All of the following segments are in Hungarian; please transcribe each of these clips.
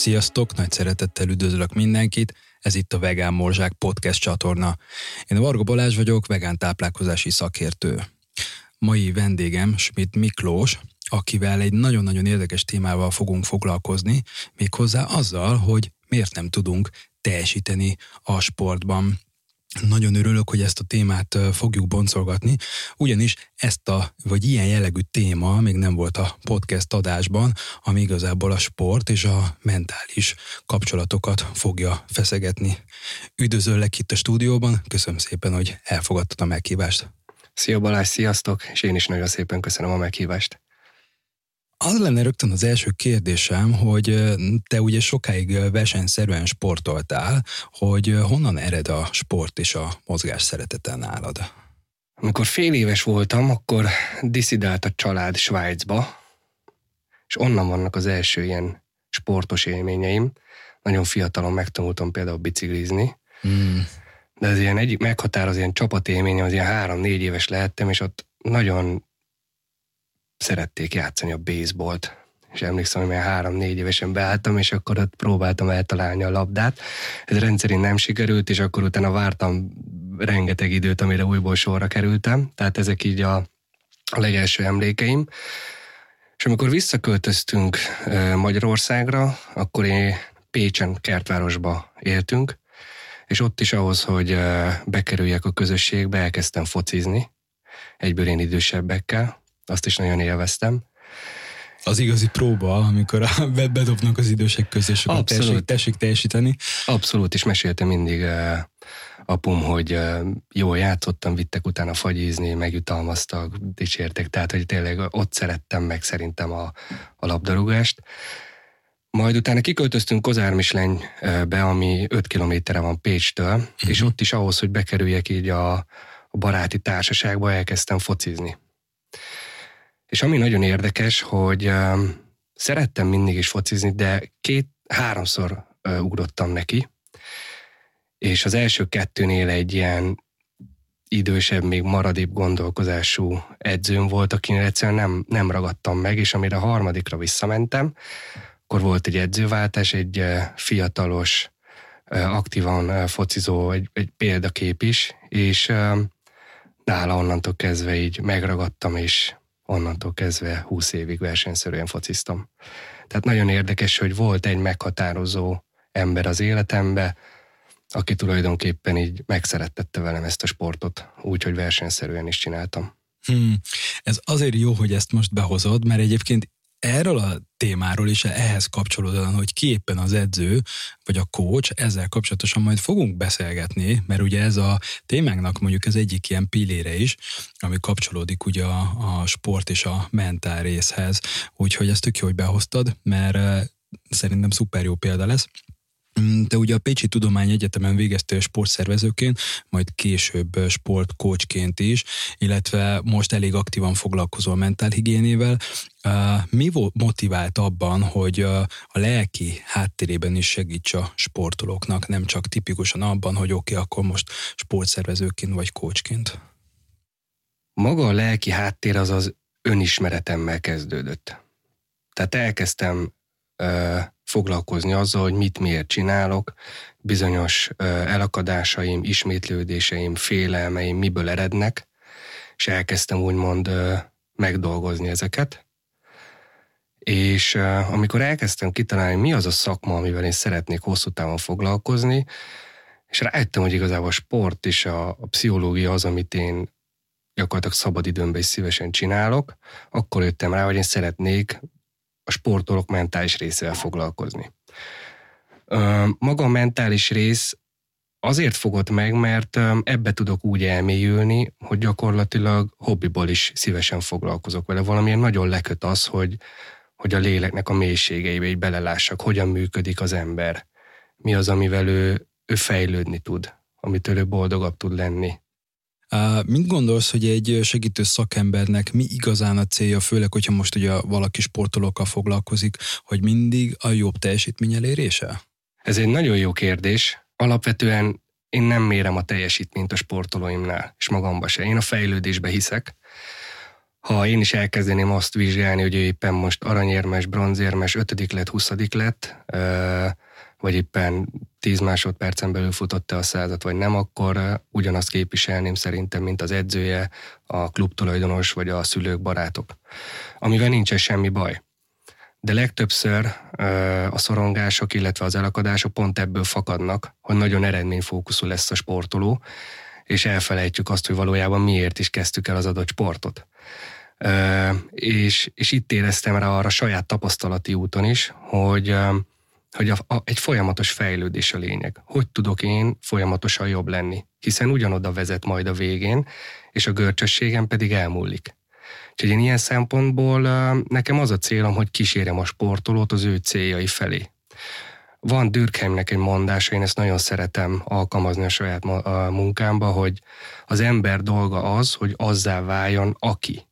Sziasztok, nagy szeretettel üdvözlök mindenkit, ez itt a Vegán Morzsák podcast csatorna. Én Varga Balázs vagyok, vegán táplálkozási szakértő. Mai vendégem Schmidt Miklós, akivel egy nagyon-nagyon érdekes témával fogunk foglalkozni, méghozzá azzal, hogy miért nem tudunk teljesíteni a sportban. Nagyon örülök, hogy ezt a témát fogjuk boncolgatni, ugyanis ilyen jellegű téma még nem volt a podcast adásban, ami igazából a sport és a mentális kapcsolatokat fogja feszegetni. Üdvözöllek itt a stúdióban, köszönöm szépen, hogy elfogadtad a meghívást. Szia Balázs, sziasztok, és én is nagyon szépen köszönöm a meghívást. Az lenne rögtön az első kérdésem, hogy te ugye sokáig versenyszerűen sportoltál, hogy honnan ered a sport és a mozgás szeretete nálad? Amikor fél éves voltam, akkor disszidált a család Svájcba, és onnan vannak az első ilyen sportos élményeim. Nagyon fiatalon megtanultam például biciklizni, de ez ilyen egyik meghatározó ilyen csapatélményem, az ilyen 3-4 éves lehettem, és ott nagyon szerették játszani a baseballt. És emlékszem, hogy már 3-4 évesen beálltam, és akkor ott próbáltam eltalálni a labdát. Ez rendszerint nem sikerült, és akkor utána vártam rengeteg időt, amire újból sorra kerültem. Tehát ezek így a legelső emlékeim. És amikor visszaköltöztünk Magyarországra, akkor én Pécsen, Kertvárosba éltünk, és ott is ahhoz, hogy bekerüljek a közösségbe, elkezdtem focizni, egyből én idősebbekkel. Azt is nagyon élveztem. Az igazi próba, amikor bedobnak az idősek közé, és akkor tessék teljesíteni. Abszolút, és mesélte mindig apum, hogy jól játszottam, vittek utána fagyizni, megjutalmaztak, dicsértek, tehát hogy tényleg ott szerettem meg szerintem a labdarúgást. Majd utána kiköltöztünk Kozármislenybe, ami 5 kilométerre van Pécstől, és ott is ahhoz, hogy bekerüljek így a baráti társaságba, elkezdtem focizni. És ami nagyon érdekes, hogy szerettem mindig is focizni, de 2-3-szor ugrottam neki, és az első 2-nél egy ilyen idősebb, még maradébb gondolkozású edzőm volt, akinél egyszerűen nem ragadtam meg, és amire a harmadikra visszamentem, akkor volt egy edzőváltás, egy fiatalos, aktívan focizó, egy példakép is, és nála onnantól kezdve így megragadtam, és onnantól kezdve 20 évig versenyszerűen fociztam. Tehát nagyon érdekes, hogy volt egy meghatározó ember az életembe, aki tulajdonképpen így megszerettette velem ezt a sportot, úgyhogy versenyszerűen is csináltam. Ez azért jó, hogy ezt most behozod, mert egyébként erről a témáról is ehhez kapcsolódóan, hogy ki éppen az edző, vagy a coach, ezzel kapcsolatosan majd fogunk beszélgetni, mert ugye ez a témánknak mondjuk ez egyik ilyen pillére is, ami kapcsolódik ugye a sport és a mentál részhez, úgyhogy ezt tök jó, hogy behoztad, mert szerintem szuper jó példa lesz. Te ugye a Pécsi Tudományegyetemen végeztél sportszervezőként, majd később sportcoachként is, illetve most elég aktívan foglalkozol mentálhigiénével. Mi motivált abban, hogy a lelki háttérében is segíts a sportolóknak, nem csak tipikusan abban, hogy oké, akkor most sportszervezőként vagy coachként? Maga a lelki háttér az önismeretemmel kezdődött. Tehát elkezdtem foglalkozni azzal, hogy mit miért csinálok, bizonyos elakadásaim, ismétlődéseim, félelmeim miből erednek, és elkezdtem úgymond megdolgozni ezeket. És amikor elkezdtem kitalálni, mi az a szakma, amivel én szeretnék hosszú távon foglalkozni, és rájöttem, hogy igazából a sport és a pszichológia az, amit én gyakorlatilag szabadidőmben is szívesen csinálok, akkor jöttem rá, hogy én szeretnék a sportolók mentális részével foglalkozni. Maga a mentális rész azért fogott meg, mert ebbe tudok úgy elmélyülni, hogy gyakorlatilag hobbiból is szívesen foglalkozok vele. Valamilyen nagyon leköt az, hogy a léleknek a mélységeibe így belelássak, hogyan működik az ember, mi az, amivel ő fejlődni tud, amitől ő boldogabb tud lenni. Mit gondolsz, hogy egy segítő szakembernek mi igazán a célja, főleg, hogyha most ugye valaki sportolókkal foglalkozik, hogy mindig a jobb teljesítmény elérése? Ez egy nagyon jó kérdés. Alapvetően én nem mérem a teljesítményt a sportolóimnál, és magamba se. Én a fejlődésbe hiszek. ha én is elkezdeném azt vizsgálni, hogy ő éppen most aranyérmes, bronzérmes, 5. lett, 20. lett, vagy éppen 10 másodpercen belül futott-e a 100-at, vagy nem, akkor ugyanazt képviselném szerintem, mint az edzője, a klubtulajdonos, vagy a szülők, barátok. Amivel nincsen semmi baj. De legtöbbször a szorongások, illetve az elakadások pont ebből fakadnak, hogy nagyon eredményfókuszú lesz a sportoló, és elfelejtjük azt, hogy valójában miért is kezdtük el az adott sportot. És itt éreztem rá arra saját tapasztalati úton is, hogy egy folyamatos fejlődés a lényeg. Hogy tudok én folyamatosan jobb lenni? Hiszen ugyanoda vezet majd a végén, és a görcsösségem pedig elmúlik. Úgyhogy én ilyen szempontból nekem az a célom, hogy kísérjem a sportolót az ő céljai felé. Van Durkheimnek egy mondása, én ezt nagyon szeretem alkalmazni a saját munkámba, hogy az ember dolga az, hogy azzá váljon aki.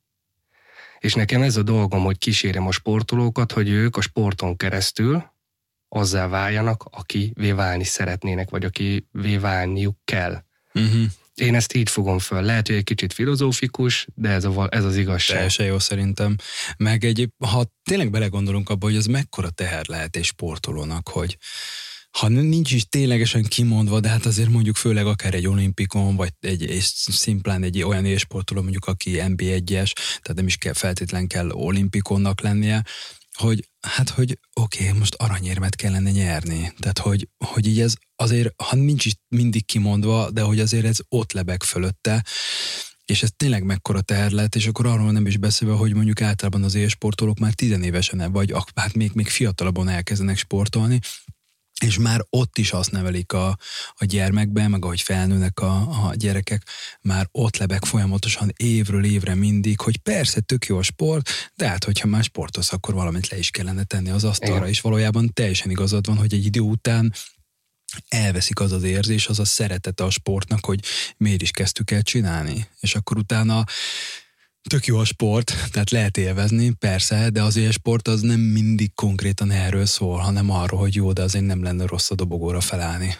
És nekem ez a dolgom, hogy kísérjem a sportolókat, hogy ők a sporton keresztül azzá váljanak, akivé válni szeretnének, vagy akivé válniuk kell. Uh-huh. Én ezt így fogom föl. Lehet, hogy egy kicsit filozófikus, de ez az igazság. Teljesen jó szerintem. Meg ha tényleg belegondolunk abba, hogy ez mekkora teher lehet egy sportolónak, hogy ha nincs is ténylegesen kimondva, de hát azért mondjuk főleg akár egy olimpikon, vagy egy szimplán egy olyan élsportoló, mondjuk aki NB1-es, tehát nem is feltétlen kell olimpikonnak lennie, hogy oké, most aranyérmet kellene nyerni. Tehát, hogy így ez azért, ha nincs is mindig kimondva, de hogy azért ez ott lebeg fölötte, és ez tényleg mekkora teher lett, és akkor arról nem is beszélve, hogy mondjuk általában az élsportolók már 10 évesen, vagy hát még fiatalabban elkezdenek sportolni, és már ott is azt nevelik a gyermekben, meg ahogy felnőnek a gyerekek, már ott lebeg folyamatosan évről évre mindig, hogy persze tök jó a sport, de hát hogyha már sportolsz, akkor valamit le is kellene tenni az asztalra, igen. És valójában teljesen igazad van, hogy egy idő után elveszik az az érzés, az a szeretete a sportnak, hogy miért is kezdtük el csinálni. És akkor utána tök jó a sport, tehát lehet élvezni, persze, de az élsport az nem mindig konkrétan erről szól, hanem arról, hogy jó, de azért nem lenne rossz a dobogóra felállni.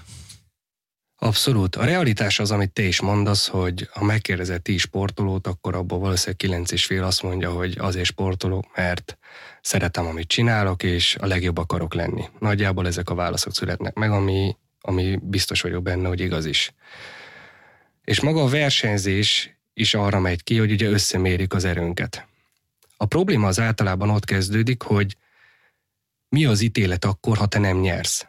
Abszolút. A realitás az, amit te is mondasz, hogy ha megkérdezett 10 sportolót, akkor abból valószínűleg 9,5 azt mondja, hogy azért sportolok, mert szeretem, amit csinálok, és a legjobb akarok lenni. Nagyjából ezek a válaszok születnek meg, ami biztos vagyok benne, hogy igaz is. És maga a versenyzés is arra megy ki, hogy ugye összemérjük az erőnket. A probléma az általában ott kezdődik, hogy mi az ítélet akkor, ha te nem nyersz.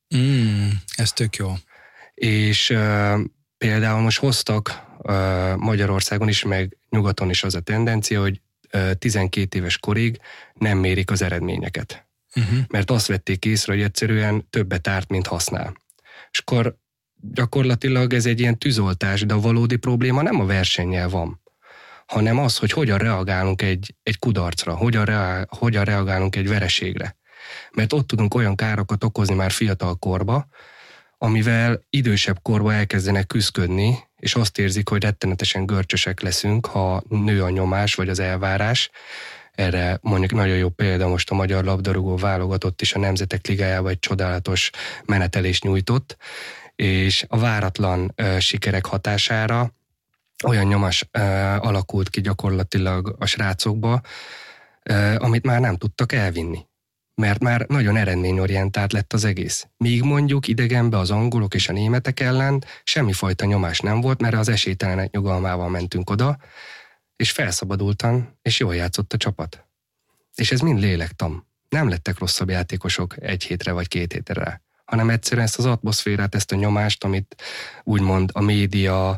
Ez tök jó. És például most hoztak Magyarországon is, meg nyugaton is az a tendencia, hogy 12 éves korig nem mérik az eredményeket. Uh-huh. Mert azt vették észre, hogy egyszerűen többet árt, mint használ. És akkor gyakorlatilag ez egy ilyen tűzoltás, de a valódi probléma nem a versennyel van, hanem az, hogy hogyan reagálunk egy kudarcra, hogyan reagálunk egy vereségre. Mert ott tudunk olyan károkat okozni már fiatal korba, amivel idősebb korba elkezdenek küszködni, és azt érzik, hogy rettenetesen görcsösek leszünk, ha nő a nyomás vagy az elvárás. Erre mondjuk nagyon jó példa most a magyar labdarúgó válogatott is a Nemzetek Ligájában egy csodálatos menetelést nyújtott, és a váratlan sikerek hatására olyan nyomás alakult ki gyakorlatilag a srácokba, amit már nem tudtak elvinni. Mert már nagyon eredményorientált lett az egész. Míg mondjuk idegenbe az angolok és a németek ellen semmifajta nyomás nem volt, mert az esélytelenek nyugalmával mentünk oda, és felszabadultan, és jól játszott a csapat. És ez mind lélektan. Nem lettek rosszabb játékosok 1 hétre vagy 2 hétre rá, hanem egyszerűen ezt az atmoszférát, ezt a nyomást, amit úgymond a média,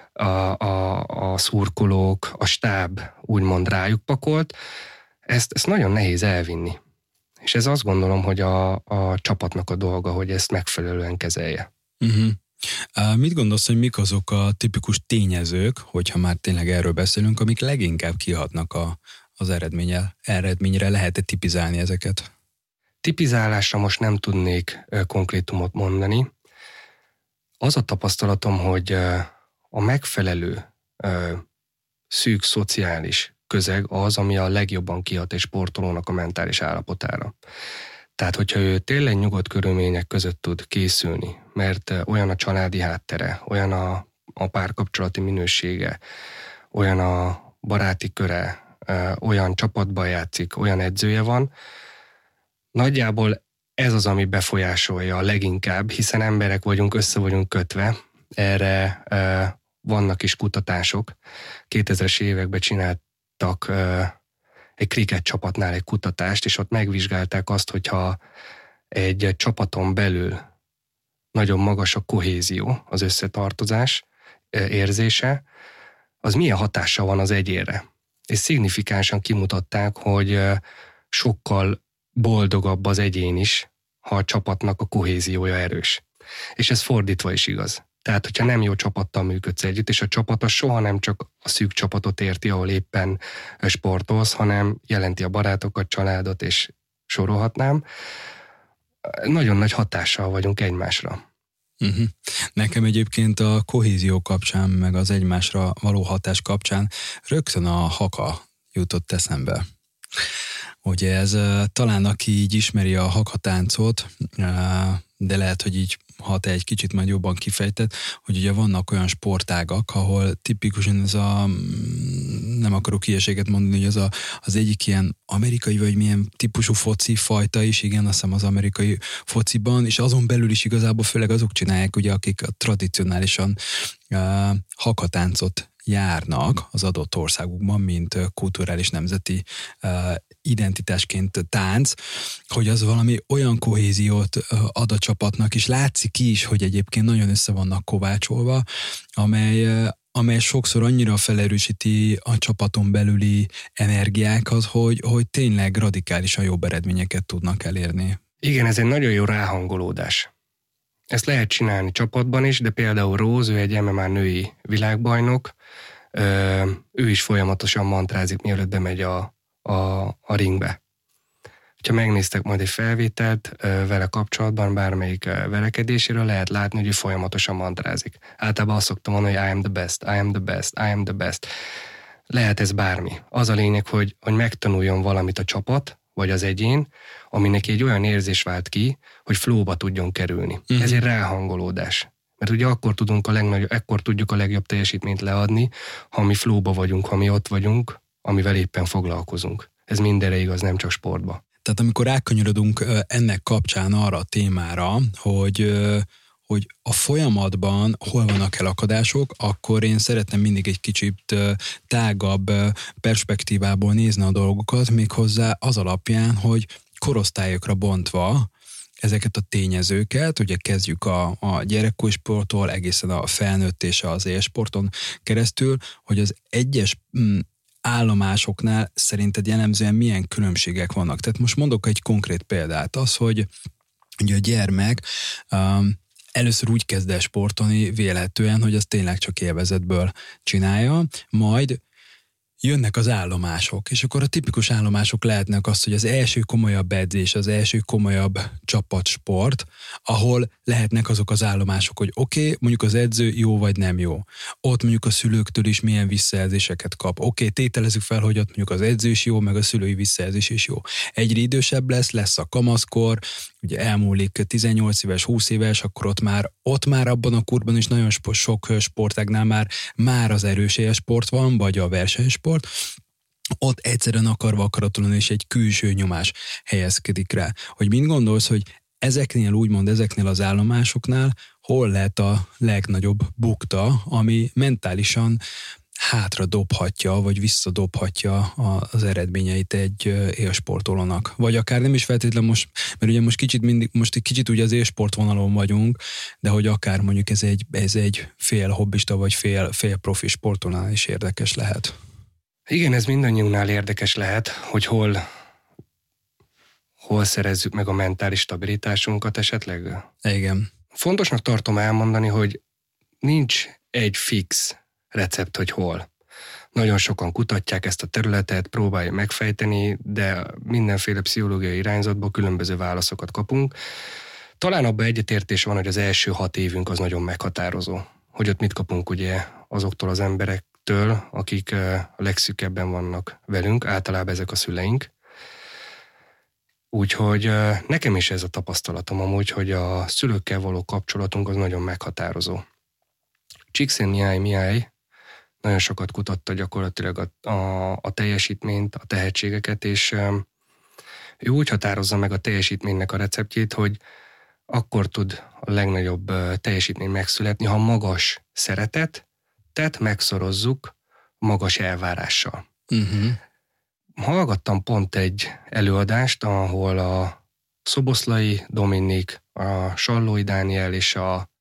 a szurkolók, a stáb úgymond rájuk pakolt, ezt nagyon nehéz elvinni. És ez azt gondolom, hogy a csapatnak a dolga, hogy ezt megfelelően kezelje. Uh-huh. Mit gondolsz, hogy mik azok a tipikus tényezők, hogyha már tényleg erről beszélünk, amik leginkább kihatnak az eredményre? Lehet-e tipizálni ezeket? Tipizálásra most nem tudnék konkrétumot mondani. Az a tapasztalatom, hogy a megfelelő szűk szociális közeg az, ami a legjobban kihat egy sportolónak a mentális állapotára. Tehát, hogyha ő tényleg nyugodt körülmények között tud készülni, mert olyan a családi háttere, olyan a párkapcsolati minősége, olyan a baráti köre, olyan csapatban játszik, olyan edzője van. Nagyjából ez az, ami befolyásolja a leginkább, hiszen emberek vagyunk, össze vagyunk kötve. Erre vannak is kutatások. 2000-es években csináltak egy kriket csapatnál egy kutatást, és ott megvizsgálták azt, hogyha egy csapaton belül nagyon magas a kohézió, az összetartozás érzése, az milyen hatással van az egyénre. És szignifikánsan kimutatták, hogy sokkal boldogabb az egyén is, ha a csapatnak a kohéziója erős. És ez fordítva is igaz. Tehát, hogyha nem jó csapattal működsz együtt, és a csapat az soha nem csak a szűk csapatot érti, ahol éppen sportolsz, hanem jelenti a barátokat, családot, és sorolhatnám. Nagyon nagy hatással vagyunk egymásra. Uh-huh. Nekem egyébként a kohézió kapcsán, meg az egymásra való hatás kapcsán rögtön a haka jutott eszembe. Ugye ez talán aki így ismeri a hakatáncot, de lehet, hogy így ha te egy kicsit majd jobban kifejted, hogy ugye vannak olyan sportágak, ahol tipikusan ez nem akarok hülyeséget mondani, hogy az egyik ilyen amerikai, vagy milyen típusú foci fajta is, igen, azt hiszem az amerikai fociban, és azon belül is igazából főleg azok csinálják, ugye, akik tradicionálisan hakatáncot járnak az adott országukban, mint kulturális nemzeti identitásként tánc, hogy az valami olyan kohéziót ad a csapatnak, és látszik is, hogy egyébként nagyon össze vannak kovácsolva, amely sokszor annyira felerősíti a csapaton belüli energiákat, hogy tényleg radikálisan jobb eredményeket tudnak elérni. Igen, ez egy nagyon jó ráhangolódás. Ezt lehet csinálni csapatban is, de például Rose, ő egy MMA női világbajnok, ő is folyamatosan mantrázik, mielőtt bemegy a ringbe. Ha megnéztek majd egy felvételt vele kapcsolatban, bármelyik verekedéséről, lehet látni, hogy ő folyamatosan mantrázik. Általában azt szoktam mondani, hogy I am the best, I am the best, I am the best. Lehet ez bármi. Az a lényeg, hogy megtanuljon valamit a csapat, vagy az egyén, ami neki egy olyan érzés vált ki, hogy flowba tudjon kerülni. Uh-huh. Ez egy ráhangolódás. Mert ugye akkor tudjuk a legjobb teljesítményt leadni, ha mi flowba vagyunk, ha mi ott vagyunk, amivel éppen foglalkozunk. Ez mindenre igaz, nem csak sportba. Tehát amikor rákanyarodunk ennek kapcsán arra a témára, hogy a folyamatban hol vannak elakadások, akkor én szeretném mindig egy kicsit tágabb perspektívából nézni a dolgokat, méghozzá az alapján, hogy korosztályokra bontva ezeket a tényezőket, ugye kezdjük a gyerekkori sporttól egészen a felnőtt és az élsporton keresztül, hogy az egyes állomásoknál szerinted jellemzően milyen különbségek vannak. Tehát most mondok egy konkrét példát, az, hogy ugye a gyermek először úgy kezd el sportolni vélhetően, hogy az tényleg csak élvezetből csinálja, majd jönnek az állomások, és akkor a tipikus állomások lehetnek az, hogy az első komolyabb edzés, az első komolyabb csapatsport, ahol lehetnek azok az állomások, hogy oké, mondjuk az edző jó vagy nem jó. Ott mondjuk a szülőktől is milyen visszajelzéseket kap. Oké, tételezzük fel, hogy ott mondjuk az edző is jó, meg a szülői visszajelzés is jó. Egyre idősebb lesz a kamaszkor, ugye elmúlik 18 éves, 20 éves, akkor ott már abban a kurban is nagyon sok sportágnál már az erős élsport van, vagy a versenysport, ott egyszerűen akarva akaratlanul is egy külső nyomás helyezkedik rá. Hogy mit gondolsz, hogy ezeknél az állomásoknál hol lehet a legnagyobb bukta, ami mentálisan hátra dobhatja, vagy visszadobhatja az eredményeit egy élsportolónak. Vagy akár nem is feltétlenül most, mert ugye most egy kicsit ugye az élsport vonalon vagyunk, de hogy akár mondjuk ez egy fél hobbista, vagy fél profi sportolónál is érdekes lehet. Igen, ez mindannyiunknál érdekes lehet, hogy hol szerezzük meg a mentális stabilitásunkat esetleg. Igen. Fontosnak tartom elmondani, hogy nincs egy fix recept, hogy hol. Nagyon sokan kutatják ezt a területet, próbálják megfejteni, de mindenféle pszichológiai irányzatból különböző válaszokat kapunk. Talán abban egyetértés van, hogy az első 6 évünk az nagyon meghatározó. Hogy ott mit kapunk ugye azoktól az emberektől, akik a legszűkebben vannak velünk, általában ezek a szüleink. Úgyhogy nekem is ez a tapasztalatom amúgy, hogy a szülőkkel való kapcsolatunk az nagyon meghatározó. Csikszentmihalyi nagyon sokat kutatta gyakorlatilag a teljesítményt, a tehetségeket, és ő úgy határozza meg a teljesítménynek a receptjét, hogy akkor tud a legnagyobb teljesítmény megszületni, ha magas szeretetet megszorozzuk magas elvárással. Hallgattam pont egy előadást, ahol a Szoboszlai Dominik, a Sallói Dániel és a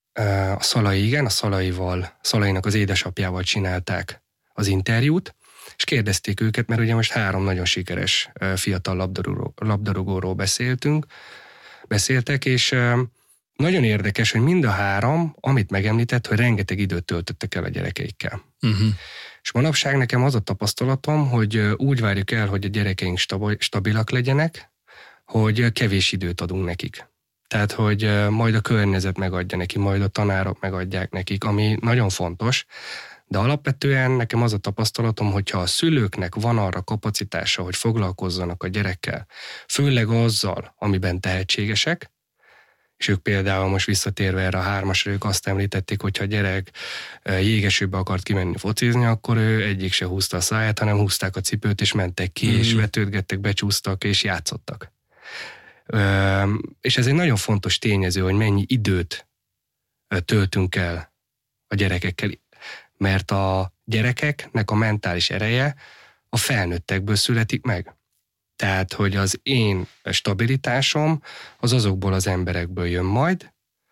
Szalainak az édesapjával csinálták az interjút, és kérdezték őket, mert ugye most 3 nagyon sikeres fiatal labdarúgóról beszéltek, és nagyon érdekes, hogy mind a 3, amit megemlített, hogy rengeteg időt töltöttek el a gyerekeikkel. És manapság nekem az a tapasztalatom, hogy úgy várjuk el, hogy a gyerekeink stabilak legyenek, hogy kevés időt adunk nekik. Tehát, hogy majd a környezet megadja neki, majd a tanárok megadják nekik, ami nagyon fontos, de alapvetően nekem az a tapasztalatom, hogyha a szülőknek van arra kapacitása, hogy foglalkozzanak a gyerekkel, főleg azzal, amiben tehetségesek, és ők például most visszatérve erre a 3-asra, ők azt említették, hogyha a gyerek jégesőbe akart kimenni focizni, akkor ő egyik se húzta a száját, hanem húzták a cipőt, és mentek ki, és vetődgettek, becsúsztak, és játszottak. És ez egy nagyon fontos tényező, hogy mennyi időt töltünk el a gyerekekkel, mert a gyerekeknek a mentális ereje a felnőttekből születik meg. Tehát, hogy az én stabilitásom az azokból az emberekből jön majd,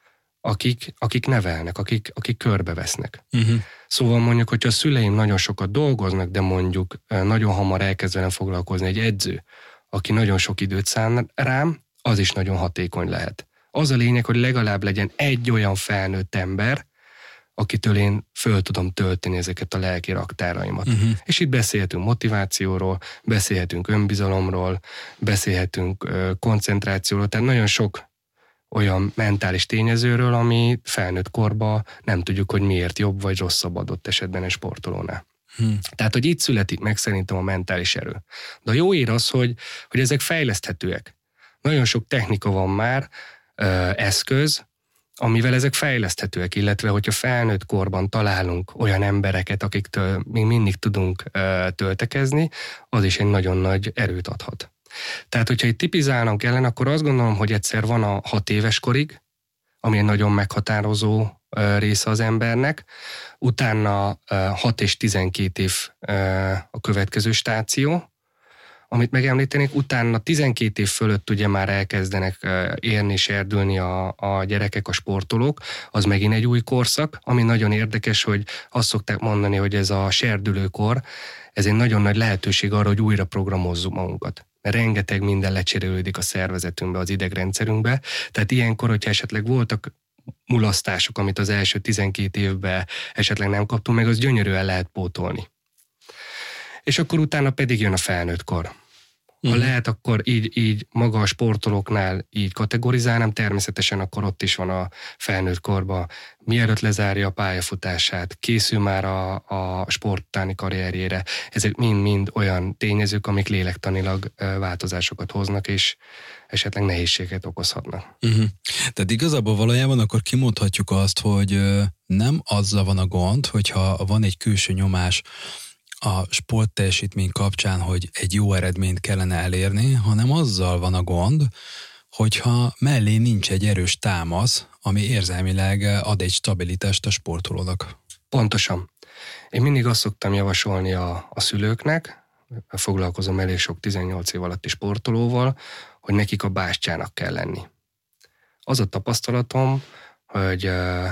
akik nevelnek, akik körbevesznek. Szóval mondjuk, hogyha a szüleim nagyon sokat dolgoznak, de mondjuk nagyon hamar elkezd velem foglalkozni egy edző, aki nagyon sok időt szán rám, az is nagyon hatékony lehet. Az a lényeg, hogy legalább legyen egy olyan felnőtt ember, akitől én föl tudom tölteni ezeket a lelki raktáraimat. És itt beszélhetünk motivációról, beszélhetünk önbizalomról, beszélhetünk koncentrációról, tehát nagyon sok olyan mentális tényezőről, ami felnőtt korban nem tudjuk, hogy miért jobb vagy rosszabb adott esetben egy sportolónál. Tehát, hogy itt születik meg szerintem a mentális erő. De a jó hír az, hogy ezek fejleszthetőek. Nagyon sok technika van már, eszköz, amivel ezek fejleszthetőek, illetve hogyha felnőtt korban találunk olyan embereket, akiktől még mindig tudunk töltekezni, az is egy nagyon nagy erőt adhat. Tehát, hogyha itt tipizálnunk kellene, akkor azt gondolom, hogy egyszer van a 6 éves korig, ami egy nagyon meghatározó része az embernek, utána 6 és 12 év a következő stáció, amit megemlítenék, utána 12 év fölött ugye már elkezdenek érni, serdülni a gyerekek, a sportolók, az megint egy új korszak, ami nagyon érdekes, hogy azt szokták mondani, hogy ez a serdülőkor, ez egy nagyon nagy lehetőség arra, hogy újra programozzuk magunkat. Mert rengeteg minden lecserélődik a szervezetünkbe, az idegrendszerünkbe, tehát ilyenkor, hogyha esetleg voltak mulasztások, amit az első 12 évben esetleg nem kaptunk meg, az gyönyörűen lehet pótolni. És akkor utána pedig jön a felnőttkor. Ha lehet, akkor így maga a sportolóknál így kategorizálnám, természetesen akkor ott is van a felnőtt korban, mielőtt lezárja a pályafutását, készül már a sporttáni karrierjére. Ezek mind-mind olyan tényezők, amik lélektanilag változásokat hoznak, és esetleg nehézséget okozhatnak. Tehát igazából valójában akkor kimondhatjuk azt, hogy nem azzal van a gond, hogyha van egy külső nyomás a sportteljesítmény kapcsán, hogy egy jó eredményt kellene elérni, hanem azzal van a gond, hogyha mellé nincs egy erős támasz, ami érzelmileg ad egy stabilitást a sportolónak. Pontosan. Én mindig azt szoktam javasolni a szülőknek, foglalkozom elég sok 18 év alatti sportolóval, hogy nekik a bástyának kell lenni. Az a tapasztalatom, hogy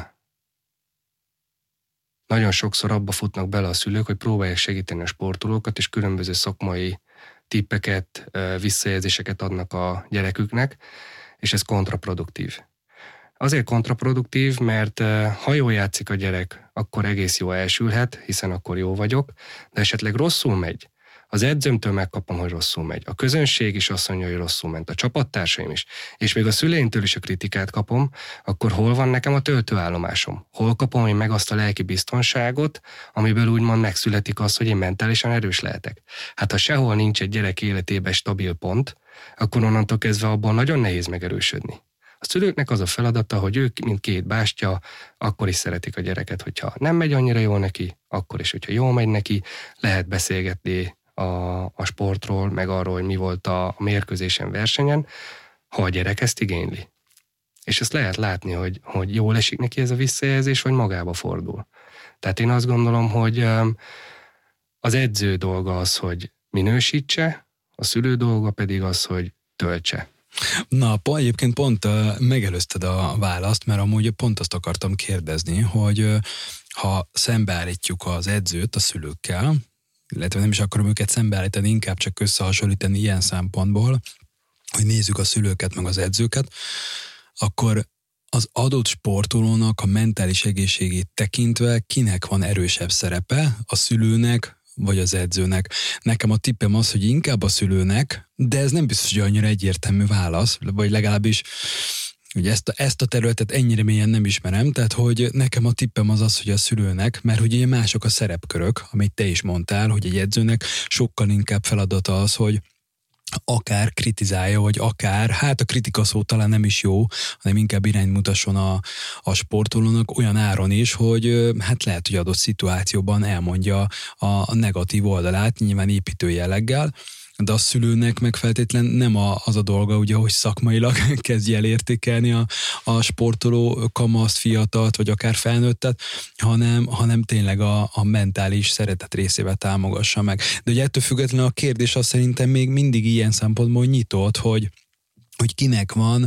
nagyon sokszor abba futnak bele a szülők, hogy próbálják segíteni a sportolókat, és különböző szakmai tippeket, visszajelzéseket adnak a gyereküknek, és ez kontraproduktív. Azért kontraproduktív, mert ha jól játszik a gyerek, akkor egész jó elsülhet, hiszen akkor jó vagyok, de esetleg rosszul megy. Az edzőmtől megkapom, hogy rosszul megy. A közönség is azt mondja, hogy rosszul ment. A csapattársaim is. És még a szüleimtől is a kritikát kapom, akkor hol van nekem a töltőállomásom? Hol kapom én meg azt a lelki biztonságot, amiből úgymond megszületik az, hogy én mentálisan erős lehetek? Hát ha sehol nincs egy gyerek életében stabil pont, akkor onnantól kezdve abban nagyon nehéz megerősödni. A szülőknek az a feladata, hogy ők, mint két bástya, akkor is szeretik a gyereket, hogyha nem megy annyira jól neki, akkor is, hogyha jól megy neki, lehet beszélgetni a sportról, meg arról, hogy mi volt a mérkőzésen, versenyen, ha a gyerek ezt igényli. És ezt lehet látni, hogy jól esik neki ez a visszajelzés, vagy magába fordul. Tehát én azt gondolom, hogy az edző dolga az, hogy minősítse, a szülő dolga pedig az, hogy töltse. Na, egyébként pont megelőzted a választ, mert amúgy pont azt akartam kérdezni, hogy ha szembeállítjuk az edzőt a szülőkkel, illetve nem is akarom őket szembeállítani, inkább csak összehasonlítani ilyen szempontból, hogy nézzük a szülőket meg az edzőket, akkor az adott sportolónak a mentális egészségét tekintve kinek van erősebb szerepe, a szülőnek vagy az edzőnek? Nekem a tippem az, hogy inkább a szülőnek, de ez nem biztos, hogy annyira egyértelmű válasz, vagy legalábbis ugye ezt a területet ennyire mélyen nem ismerem, tehát hogy nekem a tippem az, hogy a szülőnek, mert hogy ugye mások a szerepkörök, amit te is mondtál, hogy egy edzőnek sokkal inkább feladata az, hogy akár kritizálja, vagy akár, hát a kritika szó talán nem is jó, hanem inkább irányt mutasson a sportolónak olyan áron is, hogy hát lehet, hogy adott szituációban elmondja a negatív oldalát, nyilván építő jelleggel, de a szülőnek meg feltétlen nem az a dolga, ugye, hogy szakmailag kezdje el értékelni a sportoló kamaszt, fiatalt, vagy akár felnőttet, hanem tényleg a mentális szeretet részével támogassa meg. De ugye ettől függetlenül a kérdés az szerintem még mindig ilyen szempontból nyitott, hogy kinek van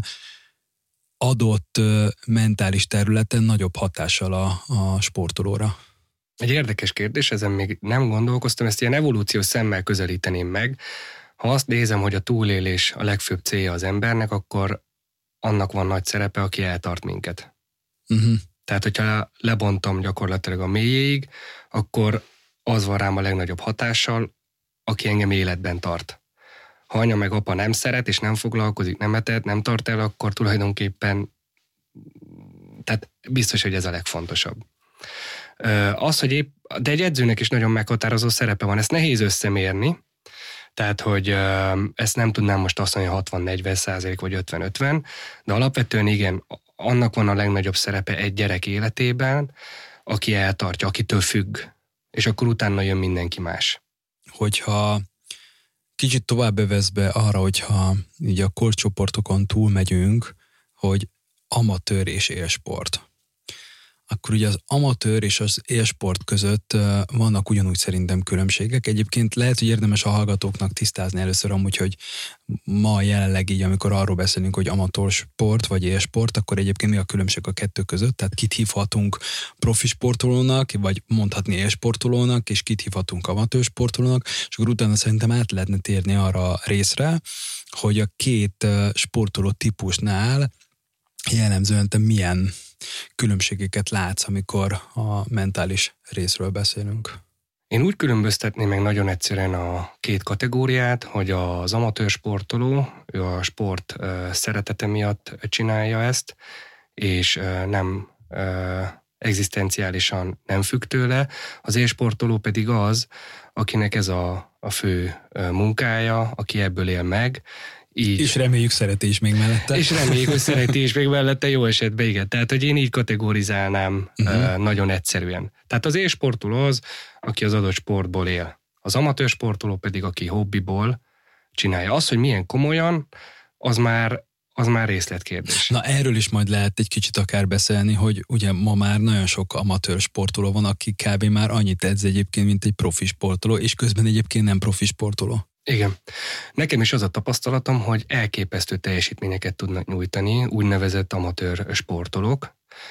adott mentális területen nagyobb hatással a sportolóra. Egy érdekes kérdés, ezen még nem gondolkoztam, ezt ilyen evolúciós szemmel közelíteném meg. Ha azt nézem, hogy a túlélés a legfőbb célja az embernek, akkor annak van nagy szerepe, aki eltart minket. Uh-huh. Tehát, hogyha lebontom gyakorlatilag a mélyéig, akkor az van rám a legnagyobb hatással, aki engem életben tart. Ha anya meg apa nem szeret, és nem foglalkozik, nem etet, nem tart el, akkor tulajdonképpen tehát biztos, hogy ez a legfontosabb. Az, hogy de egy edzőnek is nagyon meghatározó szerepe van, ezt nehéz összemérni, tehát, hogy ezt nem tudnám most azt mondani, 60-40% vagy 50-50, de alapvetően igen, annak van a legnagyobb szerepe egy gyerek életében, aki eltartja, akitől függ, és akkor utána jön mindenki más. Hogyha kicsit tovább övesz be arra, hogyha ugye a korcsoportokon túlmegyünk, hogy amatőr és élsport. Akkor ugye az amatőr és az élsport között vannak ugyanúgy szerintem különbségek. Egyébként lehet, hogy érdemes a hallgatóknak tisztázni először amúgy, hogy ma jelenleg így, amikor arról beszélünk, hogy amatőr sport vagy élsport, akkor egyébként mi a különbség a kettő között? Tehát kit hívhatunk profi sportolónak, vagy mondhatni élsportolónak, és kit hívhatunk amatőr sportolónak, és akkor utána szerintem át lehetne térni arra a részre, hogy a két sportoló típusnál jellemzően te milyen különbségeket látsz, amikor a mentális részről beszélünk? Én úgy különböztetném meg nagyon egyszerűen a két kategóriát, hogy az amatőr sportoló, ő a sport szeretete miatt csinálja ezt, és nem egzisztenciálisan nem függ tőle. Az élsportoló pedig az, akinek ez a fő munkája, aki ebből él meg, így. És reméljük szereti is még mellette. És reméljük, hogy szereti is még mellette, jó esetben igen. Tehát, hogy én így kategorizálnám nagyon egyszerűen. Tehát az élsportoló az, aki az adott sportból él. Az amatőr sportoló pedig, aki hobbiból csinálja. Az, hogy milyen komolyan, az már részletkérdés. Na erről is majd lehet egy kicsit akár beszélni, hogy ugye ma már nagyon sok amatőr sportoló van, aki kb. Már annyit edz egyébként, mint egy profi sportoló, és közben egyébként nem profi sportoló. Igen. Nekem is az a tapasztalatom, hogy elképesztő teljesítményeket tudnak nyújtani úgynevezett amatőr sportolók.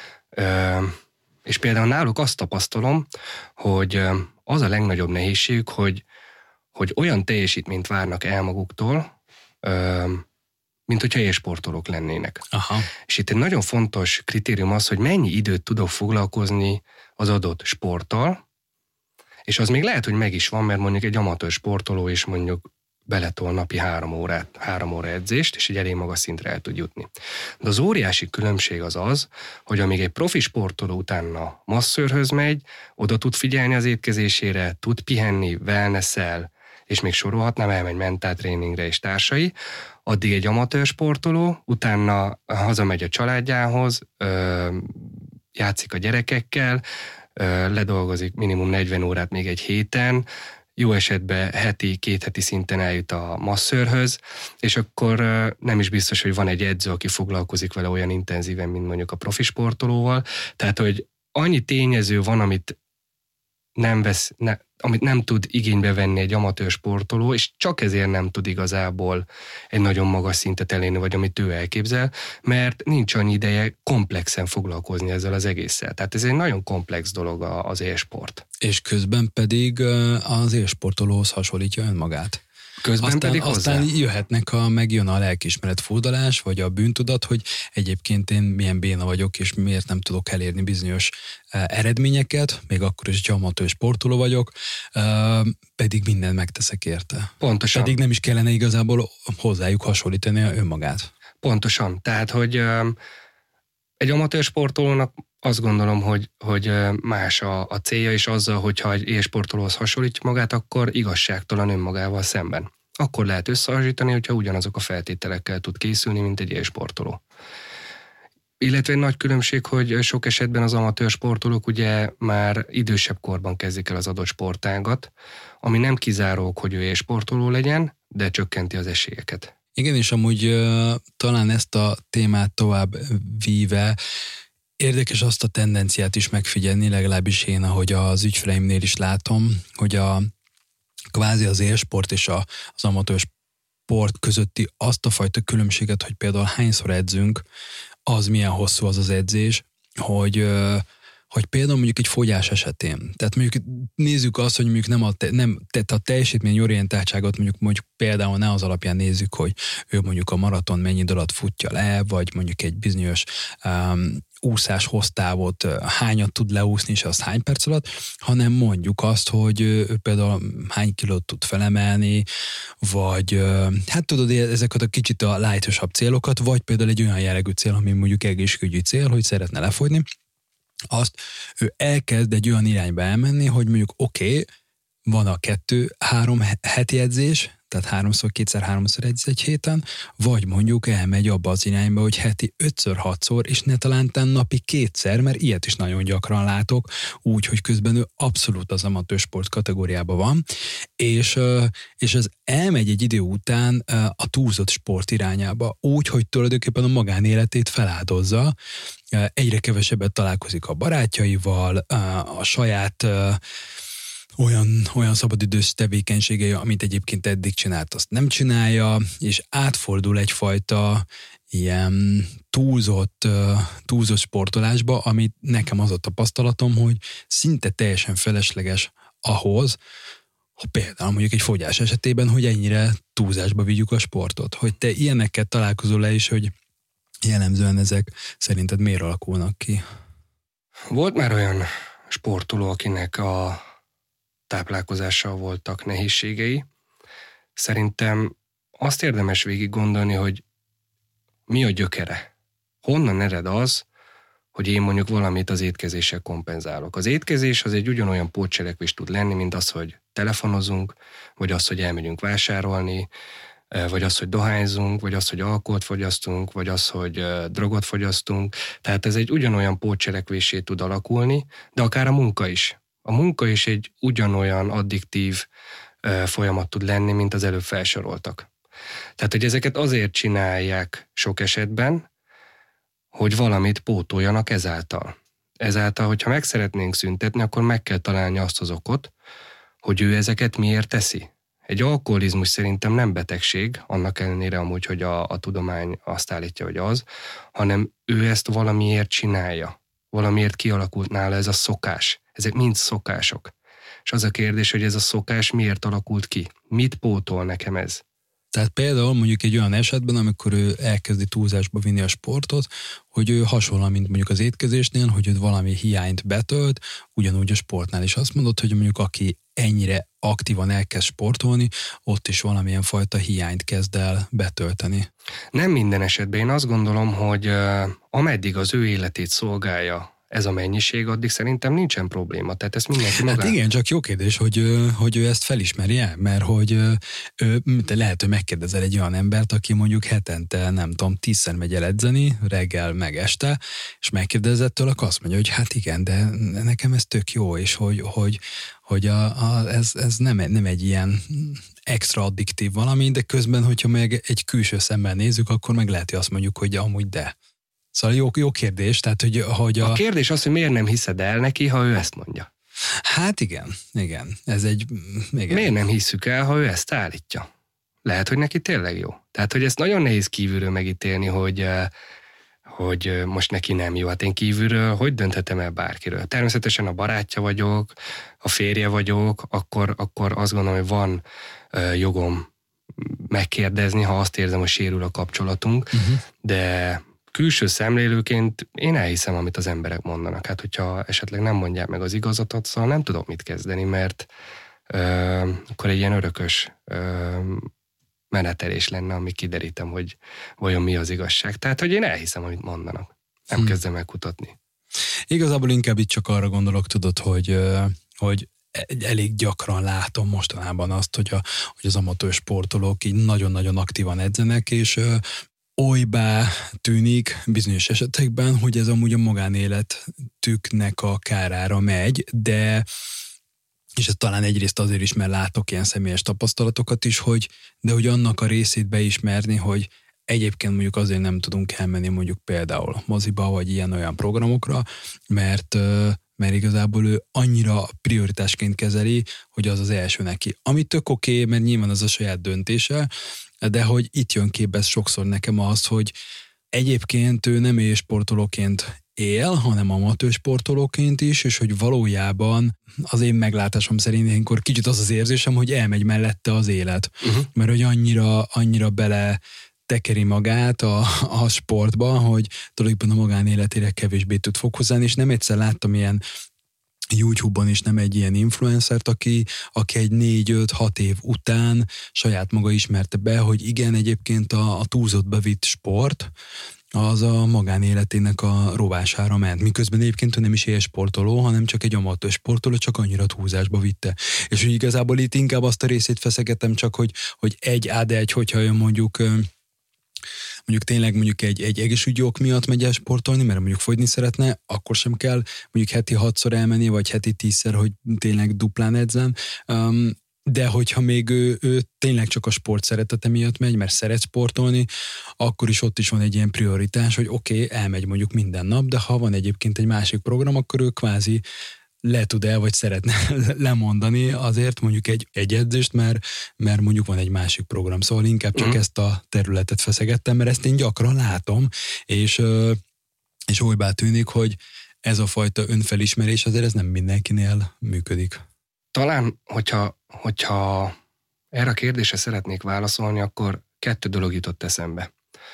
És például náluk azt tapasztalom, hogy az a legnagyobb nehézségük, hogy olyan teljesítményt várnak el maguktól, mint hogyha élsportolók lennének. Aha. És itt egy nagyon fontos kritérium az, hogy mennyi időt tudok foglalkozni az adott sporttal, és az még lehet, hogy meg is van, mert mondjuk egy amatőr sportoló is mondjuk beletol napi 3 óra edzést, és egy elég magas szintre el tud jutni. De az óriási különbség az, hogy amíg egy profi sportoló utána masszőrhöz megy, oda tud figyelni az étkezésére, tud pihenni, wellnesszel, és még sorolhatnám, elmegy mentáltréningre és társai, addig egy amatőr sportoló, utána hazamegy a családjához, játszik a gyerekekkel, ledolgozik minimum 40 órát még egy héten, jó esetben két heti szinten eljut a masszörhöz, és akkor nem is biztos, hogy van egy edző, aki foglalkozik vele olyan intenzíven, mint mondjuk a profi sportolóval. Tehát, hogy annyi tényező van, amit nem tud igénybe venni egy amatőr sportoló, és csak ezért nem tud igazából egy nagyon magas szintet elérni, vagy amit ő elképzel, mert nincs annyi ideje komplexen foglalkozni ezzel az egésszel. Tehát ez egy nagyon komplex dolog az élsport. És közben pedig az élsportolóhoz hasonlítja önmagát. Aztán jöhetnek, megjön a lelkiismeret furdalás, vagy a bűntudat, hogy egyébként én milyen béna vagyok, és miért nem tudok elérni bizonyos eredményeket, még akkor is, hogyha amatőr sportoló vagyok, pedig mindent megteszek érte. Pontosan. Pedig nem is kellene igazából hozzájuk hasonlítani önmagát. Pontosan. Tehát, hogy egy amatőr sportolónak azt gondolom, hogy más a célja, és azzal, hogyha egy élsportolóhoz hasonlítja magát, akkor igazságtalan önmagával szemben. Akkor lehet összehasonlítani, hogyha ugyanazok a feltételekkel tud készülni, mint egy élsportoló. Illetve egy nagy különbség, hogy sok esetben az amatőr sportolók ugye már idősebb korban kezdik el az adott sportágat, ami nem kizárók, hogy ő élsportoló legyen, de csökkenti az esélyeket. Igen, és amúgy talán ezt a témát tovább víve érdekes azt a tendenciát is megfigyelni, legalábbis én, ahogy az ügyfeleimnél is látom, hogy kvázi az élsport és az amatőr sport közötti azt a fajta különbséget, hogy például hányszor edzünk, az milyen hosszú az edzés, hogy például mondjuk egy fogyás esetén, tehát mondjuk nézzük azt, hogy mondjuk tehát a teljesítményorientáltságot mondjuk például ne az alapján nézzük, hogy ő mondjuk a maraton mennyi idő alatt futja le, vagy mondjuk egy bizonyos úszás hossztávot hányat tud leúszni, és az hány perc alatt, hanem mondjuk azt, hogy ő például hány kilót tud felemelni, vagy hát tudod, ezeket a kicsit a lightosabb célokat, vagy például egy olyan jellegű cél, ami mondjuk egészségügyi cél, hogy szeretne lefogyni, azt ő elkezd egy olyan irányba elmenni, hogy mondjuk oké, van a 2-3 heti edzés, tehát 3-2-3-szor edz egy héten, vagy mondjuk elmegy abba az irányba, hogy heti 5-6-szor, és ne talántán napi 2-szer, mert ilyet is nagyon gyakran látok, úgy, hogy közben ő abszolút az amatőr sport kategóriában van, és ez elmegy egy idő után a túlzott sport irányába, úgy, hogy tulajdonképpen a magánéletét feláldozza, egyre kevesebbet találkozik a barátjaival, a saját olyan szabadidős tevékenységei, amit egyébként eddig csinált, azt nem csinálja, és átfordul egyfajta ilyen túlzott sportolásba, amit nekem az a tapasztalatom, hogy szinte teljesen felesleges ahhoz, ha például mondjuk egy fogyás esetében, hogy ennyire túlzásba vigyük a sportot. Hogy te ilyenekkel találkozol le is, hogy jellemzően ezek szerinted miért alakulnak ki? Volt már olyan sportoló, akinek a táplálkozással voltak nehézségei. Szerintem azt érdemes végig gondolni, hogy mi a gyökere. Honnan ered az, hogy én mondjuk valamit az étkezéssel kompenzálok. Az étkezés az egy ugyanolyan pótcselekvés tud lenni, mint az, hogy telefonozunk, vagy az, hogy elmegyünk vásárolni, vagy az, hogy dohányzunk, vagy az, hogy alkoholt fogyasztunk, vagy az, hogy drogot fogyasztunk. Tehát ez egy ugyanolyan pótcselekvésé tud alakulni, de akár a munka is. A munka is egy ugyanolyan addiktív folyamat tud lenni, mint az előbb felsoroltak. Tehát, hogy ezeket azért csinálják sok esetben, hogy valamit pótoljanak ezáltal. Ezáltal, hogyha meg szeretnénk szüntetni, akkor meg kell találni azt az okot, hogy ő ezeket miért teszi. Egy alkoholizmus szerintem nem betegség, annak ellenére amúgy, hogy a tudomány azt állítja, hogy az, hanem ő ezt valamiért csinálja. Valamiért kialakult nála ez a szokás. Ezek mind szokások. És az a kérdés, hogy ez a szokás miért alakult ki? Mit pótol nekem ez? Tehát például mondjuk egy olyan esetben, amikor ő elkezdi túlzásba vinni a sportot, hogy ő hasonlóan, mint mondjuk az étkezésnél, hogy ő valami hiányt betölt, ugyanúgy a sportnál is azt mondod, hogy mondjuk aki ennyire aktívan elkezd sportolni, ott is valamilyen fajta hiányt kezd el betölteni. Nem minden esetben. Én azt gondolom, hogy ameddig az ő életét szolgálja ez a mennyiség, addig szerintem nincsen probléma. Tehát ezt mindenki magán... Hát igen, csak jó kérdés, hogy ő ezt felismerje, mert hogy ő lehet, hogy megkérdezel egy olyan embert, aki mondjuk hetente, nem tudom, 10-szer megy el edzeni, reggel meg este, és megkérdezettől, akkor azt mondja, hogy hát igen, de nekem ez tök jó, és hogy ez nem egy ilyen extra addiktív valami, de közben, hogyha meg egy külső szemmel nézzük, akkor meg lehet, hogy azt mondjuk, hogy amúgy de. Szóval jó kérdés, tehát hogy a kérdés az, hogy miért nem hiszed el neki, ha ő ezt mondja. Hát igen. Ez egy... Igen. Miért nem hisszük el, ha ő ezt állítja? Lehet, hogy neki tényleg jó. Tehát, hogy ezt nagyon nehéz kívülről megítélni, hogy most neki nem jó. Hát én kívülről hogy dönthetem el bárkiről? Természetesen a barátja vagyok, a férje vagyok, akkor azt gondolom, hogy van jogom megkérdezni, ha azt érzem, hogy sérül a kapcsolatunk, de külső szemlélőként én elhiszem, amit az emberek mondanak. Hát, hogyha esetleg nem mondják meg az igazatot, szóval nem tudok mit kezdeni, mert akkor egy ilyen örökös menetelés lenne, ami kiderítem, hogy vajon mi az igazság. Tehát, hogy én elhiszem, amit mondanak. Nem kezdem el kutatni. Igazából inkább itt csak arra gondolok, tudod, hogy elég gyakran látom mostanában azt, hogy az amatőr sportolók így nagyon-nagyon aktívan edzenek, és olybá tűnik bizonyos esetekben, hogy ez amúgy a magánéletüknek a kárára megy, de és ez talán egyrészt azért is, mert látok ilyen személyes tapasztalatokat is, hogy annak a részét beismerni, hogy egyébként mondjuk azért nem tudunk elmenni mondjuk például moziba, vagy ilyen-olyan programokra, mert igazából ő annyira prioritásként kezeli, hogy az első neki. Ami tök oké, mert nyilván az a saját döntése, de hogy itt jön képbe sokszor nekem az, hogy egyébként ő nem élsportolóként él, hanem amatőr sportolóként is, és hogy valójában az én meglátásom szerint ilyenkor kicsit az érzésem, hogy elmegy mellette az élet. Mert hogy annyira bele tekeri magát a sportba, hogy tulajdonképpen a magánéletére kevésbé tud fokuszálni, és nem egyszer láttam ilyen YouTube-on is nem egy ilyen influencert, aki egy 4-5-6 év után saját maga ismerte be, hogy igen, egyébként a túlzott bevitt sport az a magánéletének a rovására ment. Miközben egyébként ő nem is élsportoló, hanem csak egy amatőr sportoló, csak annyira túlzásba vitte. És hogy igazából itt inkább azt a részét feszegetem csak, hogy hogyha jön mondjuk tényleg egy egészségügyi ok miatt megy el sportolni, mert mondjuk fogyni szeretne, akkor sem kell mondjuk heti 6-szor elmenni, vagy heti 10-szer, hogy tényleg duplán edzen. De hogyha még ő tényleg csak a sport szeretete miatt megy, mert szeret sportolni, akkor is ott is van egy ilyen prioritás, hogy oké, elmegy mondjuk minden nap, de ha van egyébként egy másik program, akkor ő kvázi le tud el, vagy szeretne lemondani azért mondjuk egy edzést, mert mondjuk van egy másik program. Szóval inkább csak ezt a területet feszegettem, mert ezt én gyakran látom, és olybá tűnik, hogy ez a fajta önfelismerés azért ez nem mindenkinél működik. Talán, hogyha erre a kérdésre szeretnék válaszolni, akkor 2 dolog jutott eszembe.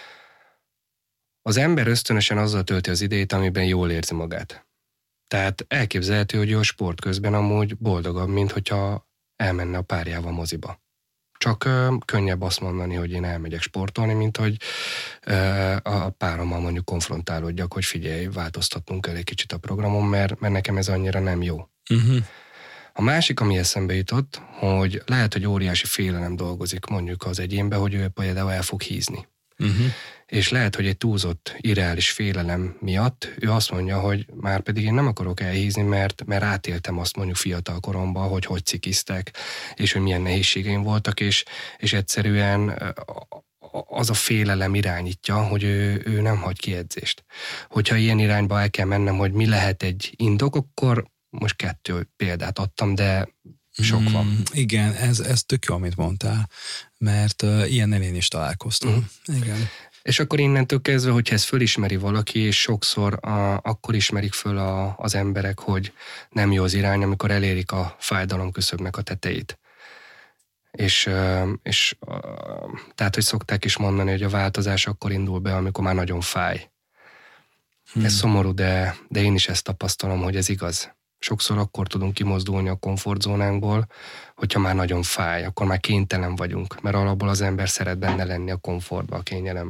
Az ember ösztönösen azzal tölti az idejét, amiben jól érzi magát. Tehát elképzelhető, hogy a sport közben amúgy boldogabb, mint hogyha elmenne a párjával moziba. Csak könnyebb azt mondani, hogy én elmegyek sportolni, mint hogy a párommal mondjuk konfrontálódjak, hogy figyelj, változtatnunk el egy kicsit a programon, mert nekem ez annyira nem jó. A másik, ami eszembe jutott, hogy lehet, hogy óriási félelem dolgozik mondjuk az egyénben, hogy ő például el fog hízni. És lehet, hogy egy túlzott, irreális félelem miatt ő azt mondja, hogy már pedig én nem akarok elhízni, mert átéltem azt mondjuk fiatal koromban, hogy cikiztek, és hogy milyen nehézségeim voltak, és egyszerűen az a félelem irányítja, hogy ő nem hagy ki edzést. Hogyha ilyen irányba el kell mennem, hogy mi lehet egy indok, akkor most 2 példát adtam, de sok van. Igen, ez tök jó, amit mondtál, mert ilyennel én is találkoztam. Igen. És akkor innentől kezdve, hogyha ezt fölismeri valaki, és sokszor akkor ismerik föl az emberek, hogy nem jó az irány, amikor elérik a fájdalomküszöbnek a tetejét. És tehát, hogy szokták is mondani, hogy a változás akkor indul be, amikor már nagyon fáj. Ez szomorú, de én is ezt tapasztalom, hogy ez igaz. Sokszor akkor tudunk kimozdulni a komfortzónánkból, hogyha már nagyon fáj, akkor már kénytelen vagyunk, mert alapból az ember szeret benne lenni a komfortba, a kényelembe.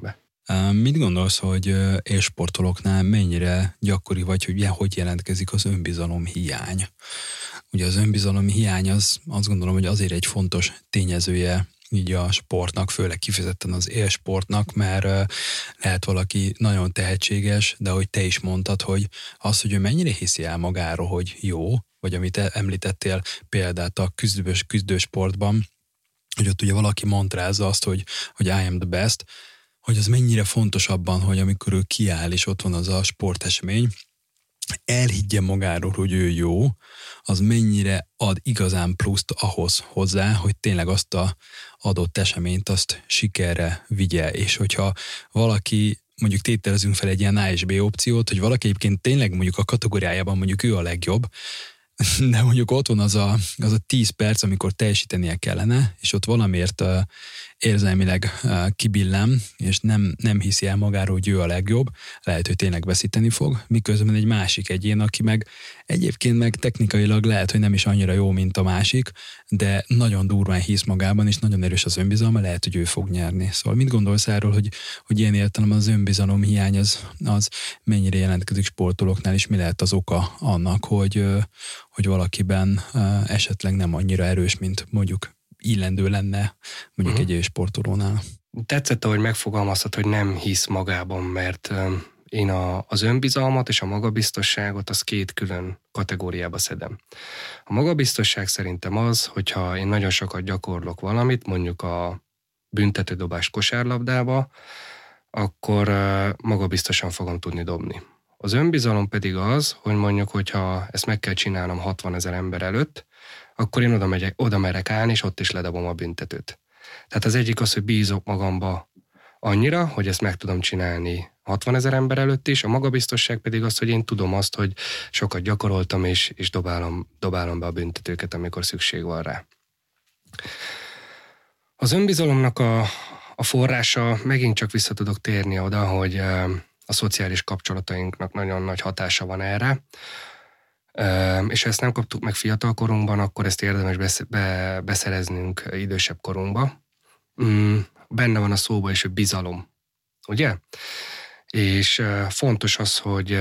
Mit gondolsz, hogy élsportolóknál mennyire gyakori, vagy hogy jelentkezik az önbizalom hiány? Ugye az önbizalom hiány az, azt gondolom, hogy azért egy fontos tényezője így a sportnak, főleg kifejezetten az élsportnak, mert lehet valaki nagyon tehetséges, de hogy te is mondtad, hogy az, hogy ő mennyire hiszi el magáról, hogy jó, vagy amit említettél példát a küzdősportban, hogy ott ugye valaki mantrázza azt, hogy I am the best, hogy az mennyire fontos abban, hogy amikor ő kiáll, és ott van az a sportesemény, elhiggye magáról, hogy ő jó, az mennyire ad igazán pluszt ahhoz hozzá, hogy tényleg azt a adott eseményt azt sikerre vigye, és hogyha valaki, mondjuk tételezünk fel egy ilyen A és B opciót, hogy valaki egyébként tényleg mondjuk a kategóriájában mondjuk ő a legjobb, de mondjuk ott van az a 10 perc, amikor teljesítenie kellene, és ott valamiért érzelmileg kibillem, és nem hiszi el magáról, hogy ő a legjobb, lehet, hogy tényleg veszíteni fog, miközben egy másik egyén, aki meg egyébként meg technikailag lehet, hogy nem is annyira jó, mint a másik, de nagyon durván hisz magában, és nagyon erős az önbizalma, lehet, hogy ő fog nyerni. Szóval mit gondolsz erről, hogy ilyen értelemben az önbizalom hiány az mennyire jelentkezik sportolóknál, és mi lehet az oka annak, hogy valakiben esetleg nem annyira erős, mint mondjuk illendő lenne mondjuk egy sportolónál. Tetszett, ahogy megfogalmaztad, hogy nem hisz magában, mert én az önbizalmat és a magabiztosságot az két külön kategóriába szedem. A magabiztosság szerintem az, hogyha én nagyon sokat gyakorlok valamit, mondjuk a büntetődobás kosárlabdába, akkor magabiztosan fogom tudni dobni. Az önbizalom pedig az, hogy mondjuk, hogyha ezt meg kell csinálnom 60 000 ember előtt, akkor én oda merek állni, és ott is ledobom a büntetőt. Tehát az egyik az, hogy bízok magamba annyira, hogy ezt meg tudom csinálni 60 000 ember előtt is, a magabiztosság pedig az, hogy én tudom azt, hogy sokat gyakoroltam, és dobálom be a büntetőket, amikor szükség van rá. Az önbizalomnak a forrása, megint csak vissza tudok térni oda, hogy a szociális kapcsolatainknak nagyon nagy hatása van erre, és ha ezt nem kaptuk meg fiatalkorunkban, akkor ezt érdemes beszereznünk idősebb korunkba. Benne van a szóba is, hogy bizalom, ugye? És fontos az, hogy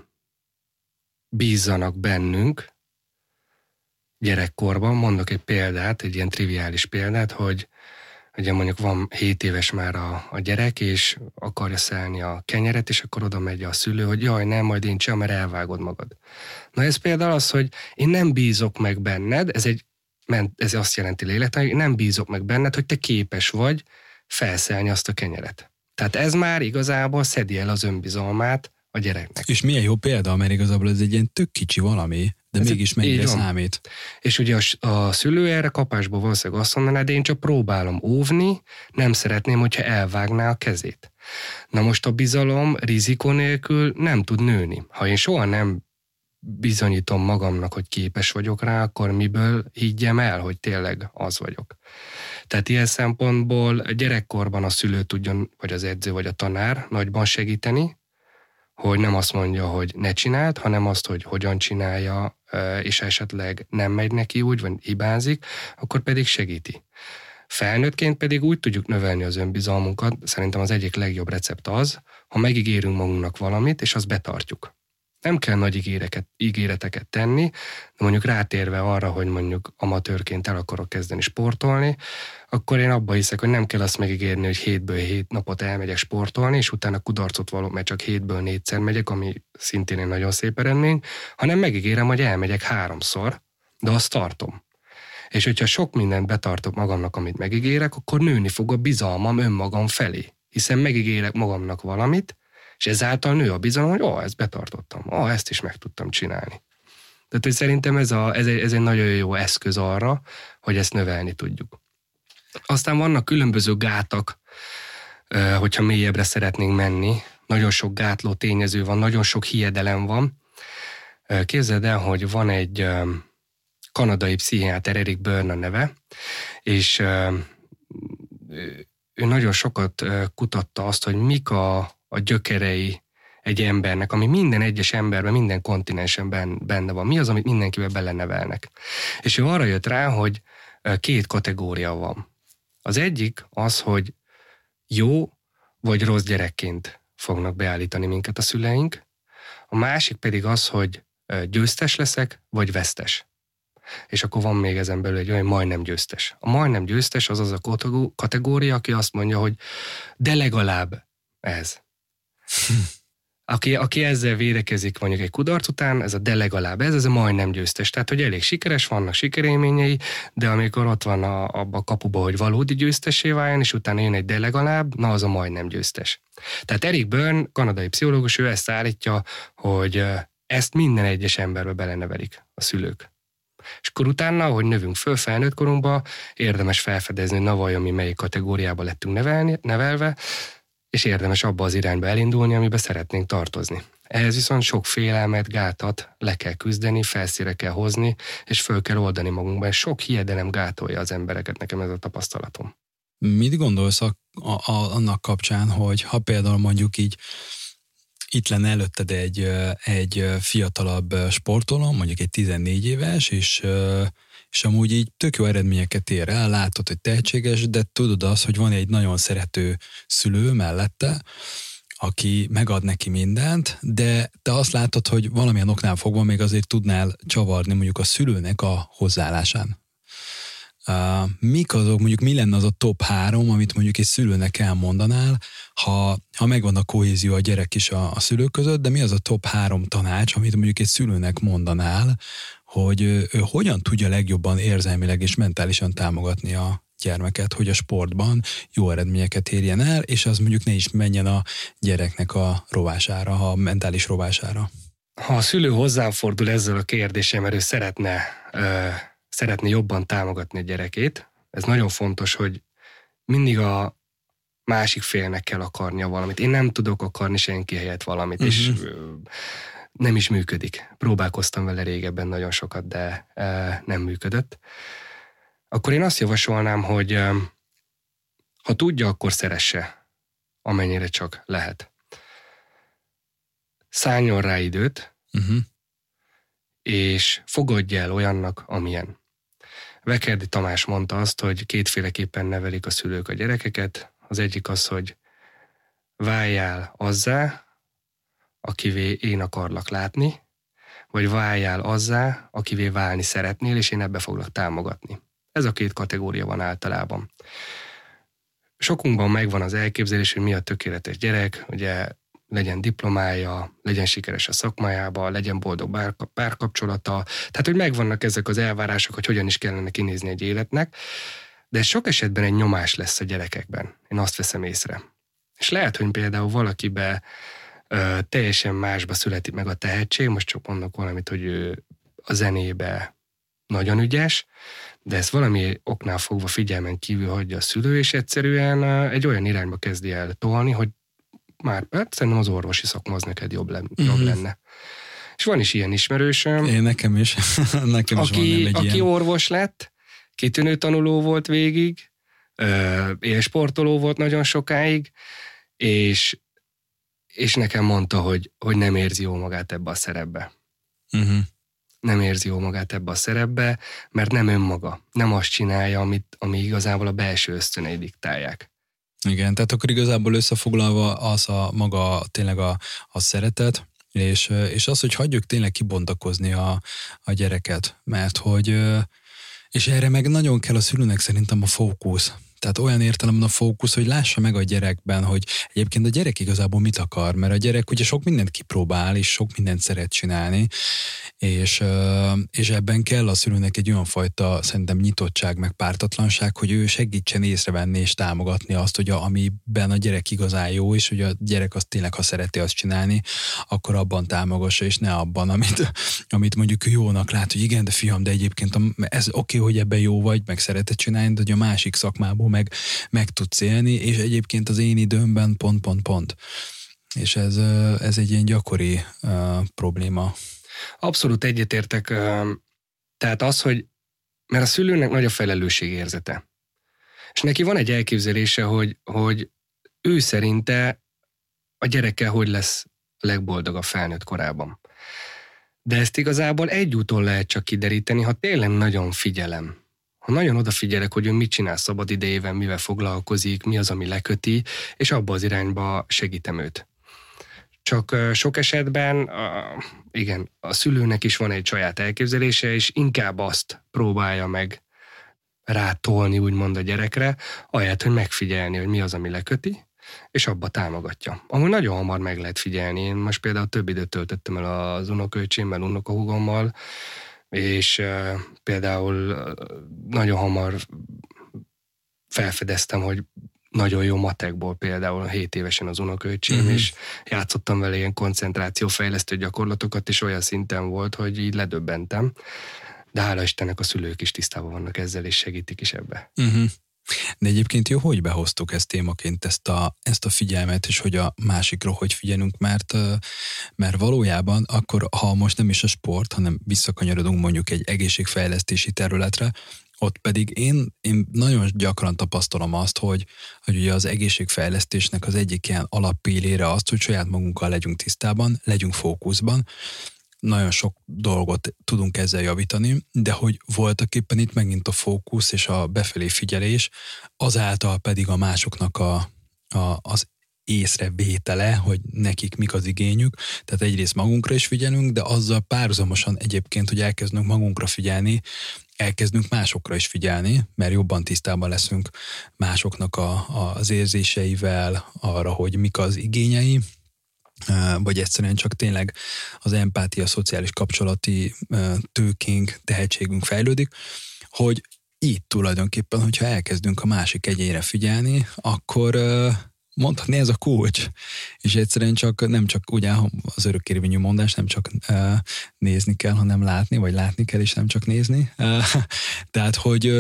bízzanak bennünk gyerekkorban. Mondok egy példát, egy ilyen triviális példát, hogy ugye mondjuk van 7 éves már a gyerek, és akarja szelni a kenyeret, és akkor oda megy a szülő, hogy jaj, nem, majd én sem, mert elvágod magad. Na ez például az, hogy én nem bízok meg benned, ez azt jelenti lélektan, hogy nem bízok meg benned, hogy te képes vagy felszelni azt a kenyeret. Tehát ez már igazából szedi el az önbizalmát a gyereknek. És milyen jó példa, mert igazából ez egy ilyen tök kicsi valami, de ez mégis mennyire számít. És ugye a szülő erre kapásból valószínűleg azt mondaná, de én csak próbálom óvni, nem szeretném, hogyha elvágná a kezét. Na most a bizalom rizikó nélkül nem tud nőni. Ha én soha nem bizonyítom magamnak, hogy képes vagyok rá, akkor miből higgyem el, hogy tényleg az vagyok. Tehát ilyen szempontból gyerekkorban a szülő tudjon, vagy az edző, vagy a tanár nagyban segíteni, hogy nem azt mondja, hogy ne csináld, hanem azt, hogy hogyan csinálja, és esetleg nem megy neki úgy, vagy hibázik, akkor pedig segíti. Felnőttként pedig úgy tudjuk növelni az önbizalmunkat, szerintem az egyik legjobb recept az, ha megígérünk magunknak valamit, és azt betartjuk. Nem kell nagy ígéreteket tenni, de mondjuk rátérve arra, hogy mondjuk amatőrként el akarok kezdeni sportolni, akkor én abba hiszek, hogy nem kell azt megígérni, hogy 7-ből 7 napot elmegyek sportolni, és utána kudarcot valok, mert csak 7-ből 4-szer megyek, ami szintén egy nagyon szép eredmény, hanem megígérem, hogy elmegyek 3-szor, de azt tartom. És hogyha sok mindent betartok magamnak, amit megígérek, akkor nőni fog a bizalmam önmagam felé. Hiszen megígérek magamnak valamit, és ezáltal nő a bizalom, hogy ezt betartottam, ezt is meg tudtam csinálni. Tehát, hogy szerintem ez egy nagyon jó eszköz arra, hogy ezt növelni tudjuk. Aztán vannak különböző gátak, hogyha mélyebbre szeretnénk menni. Nagyon sok gátló tényező van, nagyon sok hiedelem van. Képzeld el, hogy van egy kanadai pszichiáter, Eric Berne a neve, és ő nagyon sokat kutatta azt, hogy mik a gyökerei egy embernek, ami minden egyes emberben, minden kontinensen benne van. Mi az, amit mindenkivel belenevelnek. És ő arra jött rá, hogy 2 kategória van. Az egyik az, hogy jó vagy rossz gyerekként fognak beállítani minket a szüleink. A másik pedig az, hogy győztes leszek, vagy vesztes. És akkor van még ezen belül egy olyan majdnem győztes. A majdnem győztes az a kategória, aki azt mondja, hogy de legalább ez. Aki ezzel védekezik mondjuk egy kudarc után, ez a de legalább ez a majdnem győztes. Tehát, hogy elég sikeres, vannak sikerélményei, de amikor ott van abba a kapuba, hogy valódi győztessé váljon, és utána jön egy de legalább, na az a majdnem győztes. Tehát Eric Berne, kanadai pszichológus, ő ezt állítja, hogy ezt minden egyes emberbe belenevelik a szülők. És akkor utána, ahogy növünk föl felnőtt korunkba, érdemes felfedezni, hogy na vajon mi melyik kategóriába lettünk nevelve, és érdemes abba az irányba elindulni, amiben szeretnénk tartozni. Ehhez viszont sok félelmet, gátat le kell küzdeni, felszínre kell hozni, és föl kell oldani magunkban. Sok hiedelem gátolja az embereket, nekem ez a tapasztalatom. Mit gondolsz annak kapcsán, hogy ha például mondjuk így itt lenne előtted egy fiatalabb sportoló, mondjuk egy 14 éves, és amúgy így tök jó eredményeket ér el, látod, hogy tehetséges, de tudod azt, hogy van egy nagyon szerető szülő mellette, aki megad neki mindent, de te azt látod, hogy valamilyen oknál fogva még azért tudnál csavarni mondjuk a szülőnek a hozzáállásán. Mik azok, mondjuk mi lenne az a top 3, amit mondjuk egy szülőnek elmondanál, ha megvan a kohézió a gyerek is a szülők között, de mi az a top 3 tanács, amit mondjuk egy szülőnek mondanál, hogy ő hogyan tudja legjobban érzelmileg és mentálisan támogatni a gyermeket, hogy a sportban jó eredményeket érjen el, és az mondjuk ne is menjen a gyereknek a rovására, a mentális rovására. Ha a szülő hozzám fordul ezzel a kérdéssel, mert ő szeretné jobban támogatni a gyerekét, ez nagyon fontos, hogy mindig a másik félnek kell akarnia valamit. Én nem tudok akarni senki helyett valamit, és nem is működik. Próbálkoztam vele régebben nagyon sokat, de nem működött. Akkor én azt javasolnám, hogy ha tudja, akkor szeresse, amennyire csak lehet. Szálljon rá időt, és fogadja el olyannak, amilyen. Vekerdi Tamás mondta azt, hogy kétféleképpen nevelik a szülők a gyerekeket. Az egyik az, hogy váljál azzá, akivé én akarlak látni, vagy váljál azzá, akivé válni szeretnél, és én ebbe foglak támogatni. Ez a 2 kategória van általában. Sokunkban megvan az elképzelés, hogy mi a tökéletes gyerek, ugye legyen diplomája, legyen sikeres a szakmájába, legyen boldog párkapcsolata. Tehát, hogy megvannak ezek az elvárások, hogy hogyan is kellene kinézni egy életnek, de ez sok esetben egy nyomás lesz a gyerekekben. Én azt veszem észre. És lehet, hogy például valakibe teljesen másba születik meg a tehetség, most csak mondok valamit, hogy ő a zenébe nagyon ügyes, de ezt valami oknál fogva figyelmen kívül hagyja a szülő, és egyszerűen egy olyan irányba kezdi el tolni, hogy már szerintem az orvosi szakma az neked jobb lenne. És van is ilyen ismerősöm. Nekem is van nem egy aki orvos lett, kitűnő tanuló volt végig, élsportoló volt nagyon sokáig, és nekem mondta, hogy nem érzi jó magát ebbe a szerepbe. Nem érzi jó magát ebbe a szerepbe, mert nem önmaga. Nem azt csinálja, ami igazából a belső ösztönei diktálják. Igen, tehát akkor igazából összefoglalva az tényleg a szeretet, és az, hogy hagyjuk tényleg kibontakozni a gyereket, mert hogy, és erre meg nagyon kell a szülőnek szerintem a fókusz. Tehát olyan értelemben a fókusz, hogy lássa meg a gyerekben, hogy egyébként a gyerek igazából mit akar, mert a gyerek ugye sok mindent kipróbál, és sok mindent szeret csinálni, és ebben kell a szülőnek egy olyan fajta szerintem nyitottság, meg pártatlanság, hogy ő segítsen észrevenni és támogatni azt, hogy amiben a gyerek igazán jó, és hogy a gyerek azt tényleg, ha szereti azt csinálni, akkor abban támogassa, és ne abban, amit mondjuk jónak lát, hogy igen, de fiam, de egyébként ez oké, hogy ebben jó vagy, meg szereted csinálni, de hogy a másik szakmából meg tudsz élni, és egyébként az én időmben pont. És ez egy ilyen gyakori probléma. Abszolút egyetértek. Tehát az, hogy mert a szülőnek nagy a felelősségérzete. És neki van egy elképzelése, hogy ő szerinte a gyereke hogy lesz a legboldogabb felnőtt korában. De ezt igazából egy úton lehet csak kideríteni, ha tényleg nagyon figyelem, Nagyon odafigyelek, hogy ő mit csinál szabad idejében, mivel foglalkozik, mi az, ami leköti, és abba az irányba segítem őt. Csak sok esetben, igen, a szülőnek is van egy saját elképzelése, és inkább azt próbálja meg rátolni, úgymond a gyerekre, ahelyett, hogy megfigyelni, hogy mi az, ami leköti, és abba támogatja. Amúgy nagyon hamar meg lehet figyelni. Én most például több időt töltöttem el az unokaöcsémmel, unokahúgommal, és például nagyon hamar felfedeztem, hogy nagyon jó matekból például 7 évesen az unokaöcsém, és játszottam vele ilyen koncentrációfejlesztő gyakorlatokat, és olyan szinten volt, hogy így ledöbbentem. De hála Istennek a szülők is tisztában vannak ezzel, és segítik is ebbe. De egyébként jó, hogy behoztuk ezt témaként, ezt a figyelmet, és hogy a másikra hogy figyelünk, mert valójában akkor, ha most nem is a sport, hanem visszakanyarodunk mondjuk egy egészségfejlesztési területre, ott pedig én nagyon gyakran tapasztalom azt, hogy ugye az egészségfejlesztésnek az egyik ilyen alappillére azt, hogy saját magunkkal legyünk tisztában, legyünk fókuszban. Nagyon sok dolgot tudunk ezzel javítani, de hogy voltaképpen itt megint a fókusz és a befelé figyelés, azáltal pedig a másoknak az észrevétele, hogy nekik mik az igényük, tehát egyrészt magunkra is figyelünk, de azzal párhuzamosan egyébként, hogy elkezdünk magunkra figyelni, elkezdünk másokra is figyelni, mert jobban tisztában leszünk másoknak az érzéseivel, arra, hogy mik az igényei, vagy egyszerűen csak tényleg az empátia, szociális kapcsolati tőkénk, tehetségünk fejlődik, hogy így tulajdonképpen, hogyha elkezdünk a másik egyénre figyelni, akkor mondhatni ez a kulcs. És egyszerűen nem csak ugye az örökkérvényű mondás, nem csak nézni kell, hanem látni, vagy látni kell, és nem csak nézni. Tehát,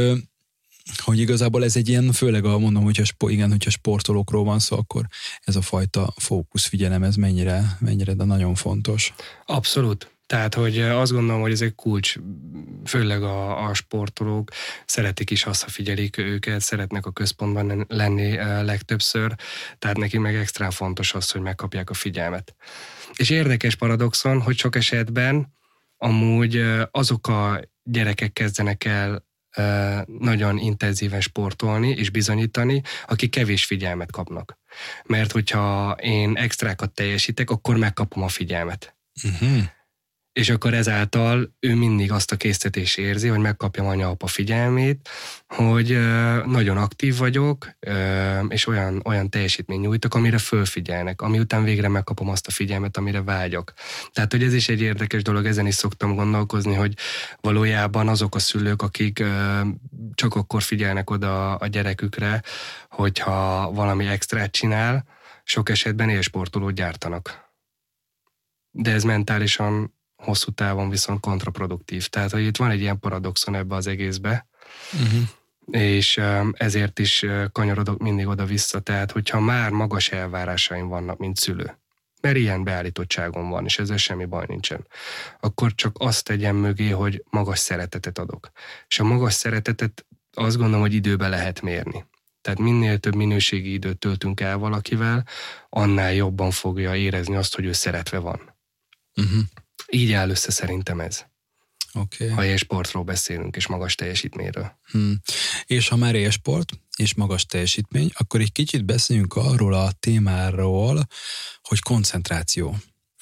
hogy igazából ez egy ilyen, főleg mondom, hogyha sportolókról van szó, akkor ez a fajta fókuszfigyelem, ez mennyire, de nagyon fontos. Abszolút. Tehát, hogy azt gondolom, hogy ez egy kulcs, főleg a sportolók szeretik is azt, ha figyelik őket, szeretnek a központban lenni legtöbbször, tehát neki meg extrán fontos az, hogy megkapják a figyelmet. És érdekes paradoxon, hogy sok esetben amúgy azok a gyerekek kezdenek el nagyon intenzíven sportolni és bizonyítani, akik kevés figyelmet kapnak. Mert hogyha én extrákat teljesítek, akkor megkapom a figyelmet. És akkor ezáltal ő mindig azt a késztetés érzi, hogy megkapjam anya-apa figyelmét, hogy nagyon aktív vagyok, és olyan teljesítmény nyújtok, amire fölfigyelnek, ami után végre megkapom azt a figyelmet, amire vágyok. Tehát, hogy ez is egy érdekes dolog, ezen is szoktam gondolkozni, hogy valójában azok a szülők, akik csak akkor figyelnek oda a gyerekükre, hogyha valami extrát csinál, sok esetben élsportolót gyártanak. De ez mentálisan hosszú távon viszont kontraproduktív. Tehát, hogy itt van egy ilyen paradoxon ebbe az egészbe, és ezért is kanyarodok mindig oda-vissza. Tehát, hogyha már magas elvárásaim vannak, mint szülő, mert ilyen beállítottságom van, és ezzel semmi baj nincsen, akkor csak azt tegyem mögé, hogy magas szeretetet adok. És a magas szeretetet azt gondolom, hogy időben lehet mérni. Tehát minél több minőségi időt töltünk el valakivel, annál jobban fogja érezni azt, hogy ő szeretve van. Így áll össze szerintem ez. Okay. Ha élsportról beszélünk, és magas teljesítményről. És ha már élsport, és magas teljesítmény, akkor egy kicsit beszéljünk arról a témáról, hogy koncentráció.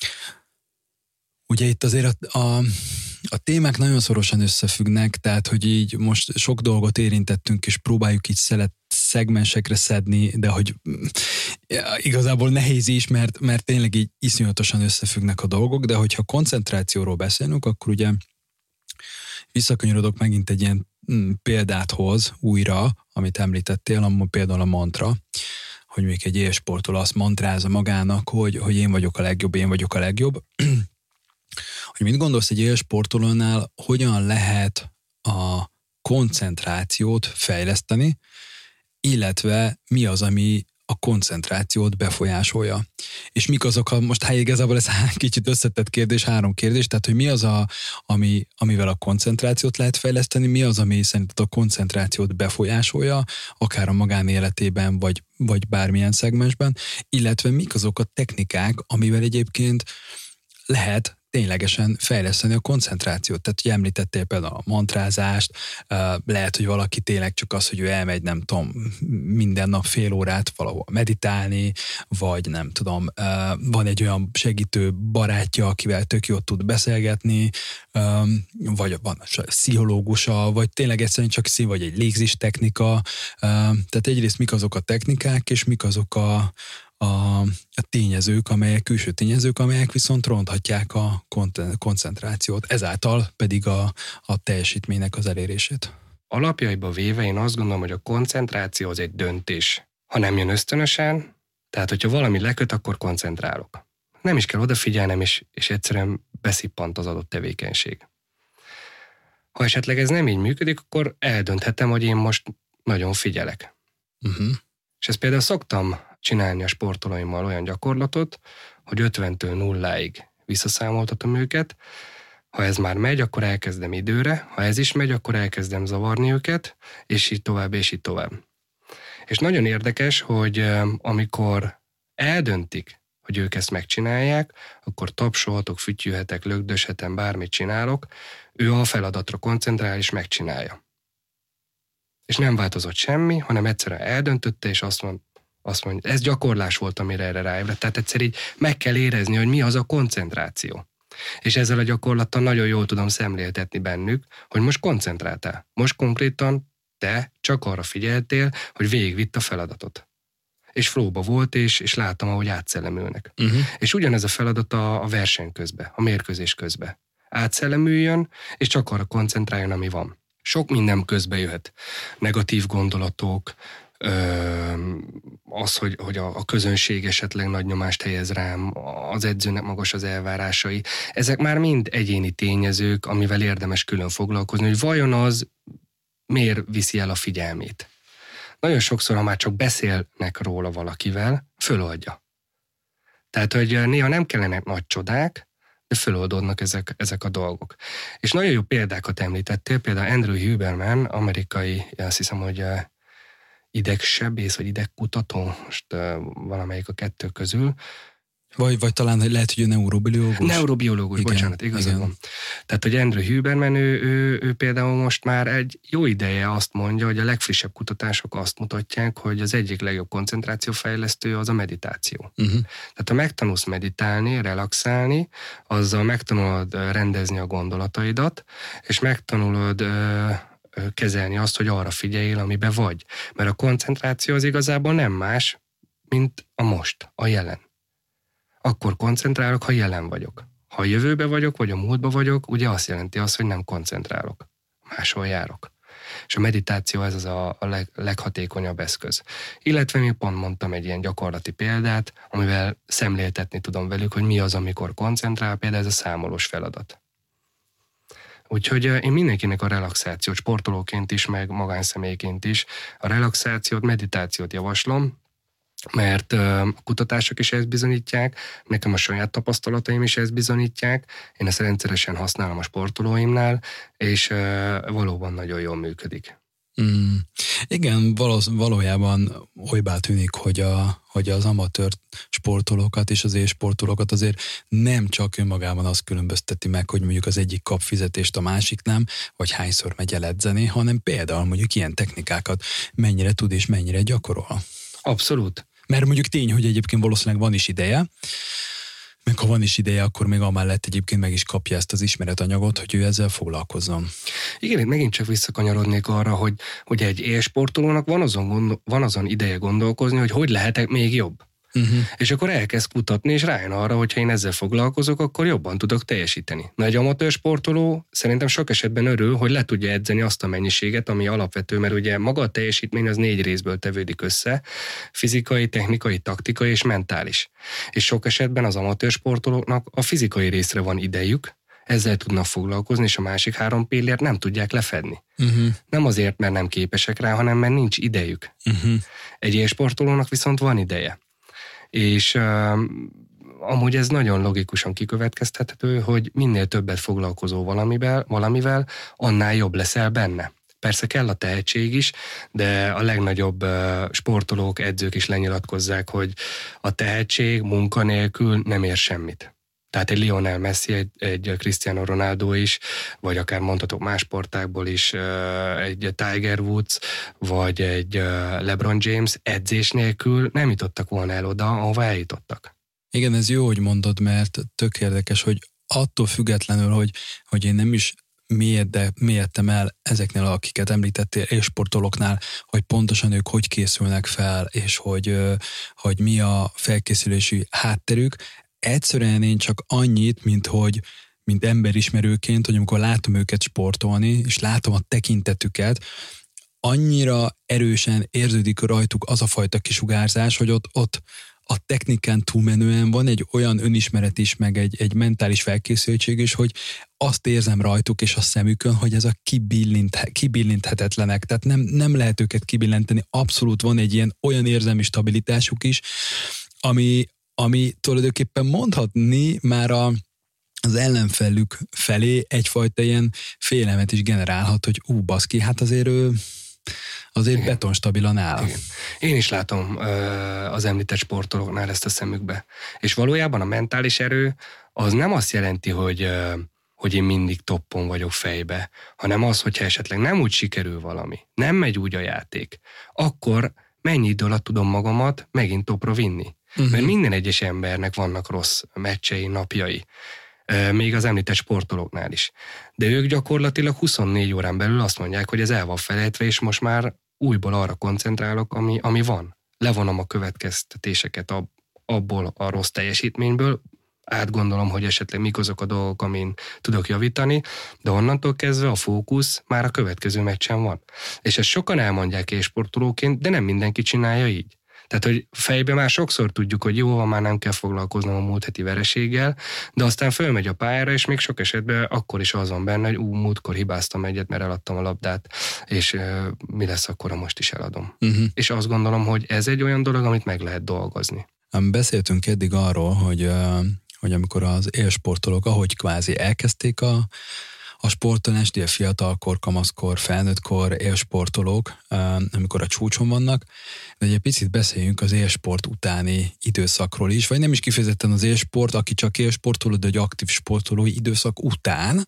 Ugye itt azért a témák nagyon szorosan összefüggnek, tehát hogy így most sok dolgot érintettünk, és próbáljuk így szegmensekre szedni, de hogy igazából nehéz is, mert tényleg így iszonyatosan összefüggnek a dolgok, de hogyha koncentrációról beszélünk, akkor ugye visszakanyarodok megint egy ilyen példát hoz újra, amit említettél, például a mantra, hogy még egy élsportoló azt mantrázza magának, hogy én vagyok a legjobb. Hogy mit gondolsz egy élsportolónál, hogyan lehet a koncentrációt fejleszteni, illetve mi az, ami a koncentrációt befolyásolja. És mik azok most igazából ez kicsit összetett kérdés, 3 kérdés, tehát hogy mi az, amivel a koncentrációt lehet fejleszteni, mi az, ami szerinted a koncentrációt befolyásolja, akár a magánéletében, vagy bármilyen szegmensben, illetve mik azok a technikák, amivel egyébként lehet ténylegesen fejleszteni a koncentrációt. Tehát, hogy említettél például a mantrázást, lehet, hogy valaki tényleg csak az, hogy ő elmegy, nem tudom, minden nap fél órát valahol meditálni, vagy nem tudom, van egy olyan segítő barátja, akivel tök jót tud beszélgetni, vagy van pszichológusa, vagy tényleg egyszerűen csak vagy egy légzés technika. Tehát egyrészt mik azok a technikák, és mik azok a tényezők, külső tényezők, amelyek viszont ronthatják a koncentrációt, ezáltal pedig a teljesítménynek az elérését. Alapjaiba véve én azt gondolom, hogy a koncentráció az egy döntés. Ha nem jön ösztönösen, tehát hogyha valami leköt, akkor koncentrálok. Nem is kell odafigyelnem, és egyszerűen beszippant az adott tevékenység. Ha esetleg ez nem így működik, akkor eldönthetem, hogy én most nagyon figyelek. És ezt például szoktam csinálni a sportolóimmal olyan gyakorlatot, hogy 50-től 0-ig visszaszámoltatom őket. Ha ez már megy, akkor elkezdem időre, ha ez is megy, akkor elkezdem zavarni őket, és így tovább, és így tovább. És nagyon érdekes, hogy amikor eldöntik, hogy ők ezt megcsinálják, akkor tapsolhatok, fütyülhetek, lögdöshetem, bármit csinálok, ő a feladatra koncentrál és megcsinálja. És nem változott semmi, hanem egyszerűen eldöntötte, és azt mondja, ez gyakorlás volt, amire erre ráébredt. Tehát egyszer így meg kell érezni, hogy mi az a koncentráció. És ezzel a gyakorlattal nagyon jól tudom szemléltetni bennük, hogy most koncentráltál. Most konkrétan te csak arra figyeltél, hogy végigvitt a feladatot. És flowba volt, és láttam, ahogy átszellemülnek. És ugyanez a feladat a verseny közben, a mérkőzés közben. Átszellemüljön, és csak arra koncentráljon, ami van. Sok minden közbe jöhet. Negatív gondolatok, az, hogy a közönség esetleg nagy nyomást helyez rám, az edzőnek magas az elvárásai. Ezek már mind egyéni tényezők, amivel érdemes külön foglalkozni, hogy vajon az miért viszi el a figyelmét. Nagyon sokszor, ha már csak beszélnek róla valakivel, föloldja. Tehát, hogy néha nem kellenek nagy csodák, de föloldódnak ezek a dolgok. És nagyon jó példákat említettél, például Andrew Huberman, amerikai, azt hiszem, hogy idegsebész, vagy idegkutató, most valamelyik a kettő közül. Vagy talán lehet, hogy ő neurobiológus. Neurobiológus, igen, bocsánat, igazad van. Tehát, hogy Andrew Huberman, ő például most már egy jó ideje azt mondja, hogy a legfrissebb kutatások azt mutatják, hogy az egyik legjobb koncentrációfejlesztő az a meditáció. Tehát ha megtanulsz meditálni, relaxálni, azzal megtanulod rendezni a gondolataidat, és megtanulod kezelni azt, hogy arra figyeljél, amiben vagy. Mert a koncentráció az igazából nem más, mint a most, a jelen. Akkor koncentrálok, ha jelen vagyok. Ha a jövőbe vagyok, vagy a múltba vagyok, ugye azt jelenti azt, hogy nem koncentrálok. Máshol járok. És a meditáció ez az a leghatékonyabb eszköz. Illetve még pont mondtam egy ilyen gyakorlati példát, amivel szemléltetni tudom velük, hogy mi az, amikor koncentrál, például ez a számolós feladat. Úgyhogy én mindenkinek a relaxációt, sportolóként is, meg magánszemélyként is, a relaxációt, meditációt javaslom, mert a kutatások is ezt bizonyítják, nekem a saját tapasztalataim is ezt bizonyítják, én ezt rendszeresen használom a sportolóimnál, és valóban nagyon jól működik. Igen, valójában olybá tűnik, hogy az amatőr sportolókat és az élsportolókat azért nem csak önmagában az különbözteti meg, hogy mondjuk az egyik kap fizetést, a másik nem, vagy hányszor megy el edzeni, hanem például mondjuk ilyen technikákat mennyire tud és mennyire gyakorol. Abszolút. Mert mondjuk tény, hogy egyébként valószínűleg van is ideje, meg ha van is ideje, akkor még amellett egyébként meg is kapja ezt az ismeretanyagot, hogy ő ezzel foglalkozzon. Igen, itt megint csak visszakanyarodnék arra, hogy egy élsportolónak van azon ideje gondolkozni, hogy lehetek még jobb. És akkor elkezd kutatni, és rájön arra, hogy ha én ezzel foglalkozok, akkor jobban tudok teljesíteni. Na, egy amatőr sportoló szerintem sok esetben örül, hogy le tudja edzeni azt a mennyiséget, ami alapvető, mert ugye maga a teljesítmény az 4 részből tevődik össze, fizikai, technikai, taktikai és mentális. És sok esetben az amatőr sportolóknak a fizikai részre van idejük, ezzel tudnak foglalkozni, és a másik 3 pillért nem tudják lefedni. Nem azért, mert nem képesek rá, hanem mert nincs idejük. Egy élsportolónak viszont van ideje. És amúgy ez nagyon logikusan kikövetkeztethető, hogy minél többet foglalkozó valamivel, annál jobb leszel benne. Persze kell a tehetség is, de a legnagyobb sportolók, edzők is lenyilatkozzák, hogy a tehetség munka nélkül nem ér semmit. Tehát egy Lionel Messi, egy Cristiano Ronaldo is, vagy akár mondhatok más sportákból is, egy Tiger Woods, vagy egy LeBron James edzés nélkül nem jutottak volna el oda, ahova eljutottak. Igen, ez jó, hogy mondod, mert tök érdekes, hogy attól függetlenül, hogy én nem is mélyedtem el ezeknél, akiket említettél, élsportolóknál, hogy pontosan ők hogy készülnek fel, és hogy mi a felkészülési hátterük. Egyszerűen én csak annyit, mint emberismerőként, hogy amikor látom őket sportolni, és látom a tekintetüket, annyira erősen érződik rajtuk az a fajta kisugárzás, hogy ott a technikán túlmenően van egy olyan önismeret is, meg egy mentális felkészültség is, hogy azt érzem rajtuk és a szemükön, hogy ez a kibillinthetetlenek, tehát nem lehet őket kibillenteni, abszolút van egy olyan érzelmi stabilitásuk is, ami tulajdonképpen mondhatni már az ellenfelük felé egyfajta ilyen félelmet is generálhat, hogy baszki, hát azért igen, betonstabilan áll. Igen. Én is látom az említett sportolóknál ezt a szemükbe. És valójában a mentális erő az nem azt jelenti, hogy én mindig toppon vagyok fejbe, hanem az, hogyha esetleg nem úgy sikerül valami, nem megy úgy a játék, akkor mennyi idő alatt tudom magamat megint topra vinni. Mert minden egyes embernek vannak rossz meccsei, napjai. Még az említett sportolóknál is. De ők gyakorlatilag 24 órán belül azt mondják, hogy ez el van felejtve, és most már újból arra koncentrálok, ami van. Levonom a következtetéseket abból a rossz teljesítményből, átgondolom, hogy esetleg mik azok a dolgok, amin tudok javítani, de onnantól kezdve a fókusz már a következő meccsen van. És ezt sokan elmondják élsportolóként, de nem mindenki csinálja így. Tehát, hogy fejben már sokszor tudjuk, hogy jó van, már nem kell foglalkoznom a múlt heti vereséggel, de aztán fölmegy a pályára, és még sok esetben akkor is az van benne, hogy múltkor hibáztam egyet, mert eladtam a labdát, és mi lesz akkor, ha most is eladom. És azt gondolom, hogy ez egy olyan dolog, amit meg lehet dolgozni. Beszéltünk eddig arról, hogy amikor az élsportolók, ahogy kvázi elkezdték a sportolást, ilyen fiatalkor, kamaszkor, felnőttkor, élsportolók, amikor a csúcson vannak, de egy picit beszéljünk az élsport utáni időszakról is, vagy nem is kifejezetten az élsport, aki csak élsportoló, de egy aktív sportolói időszak után,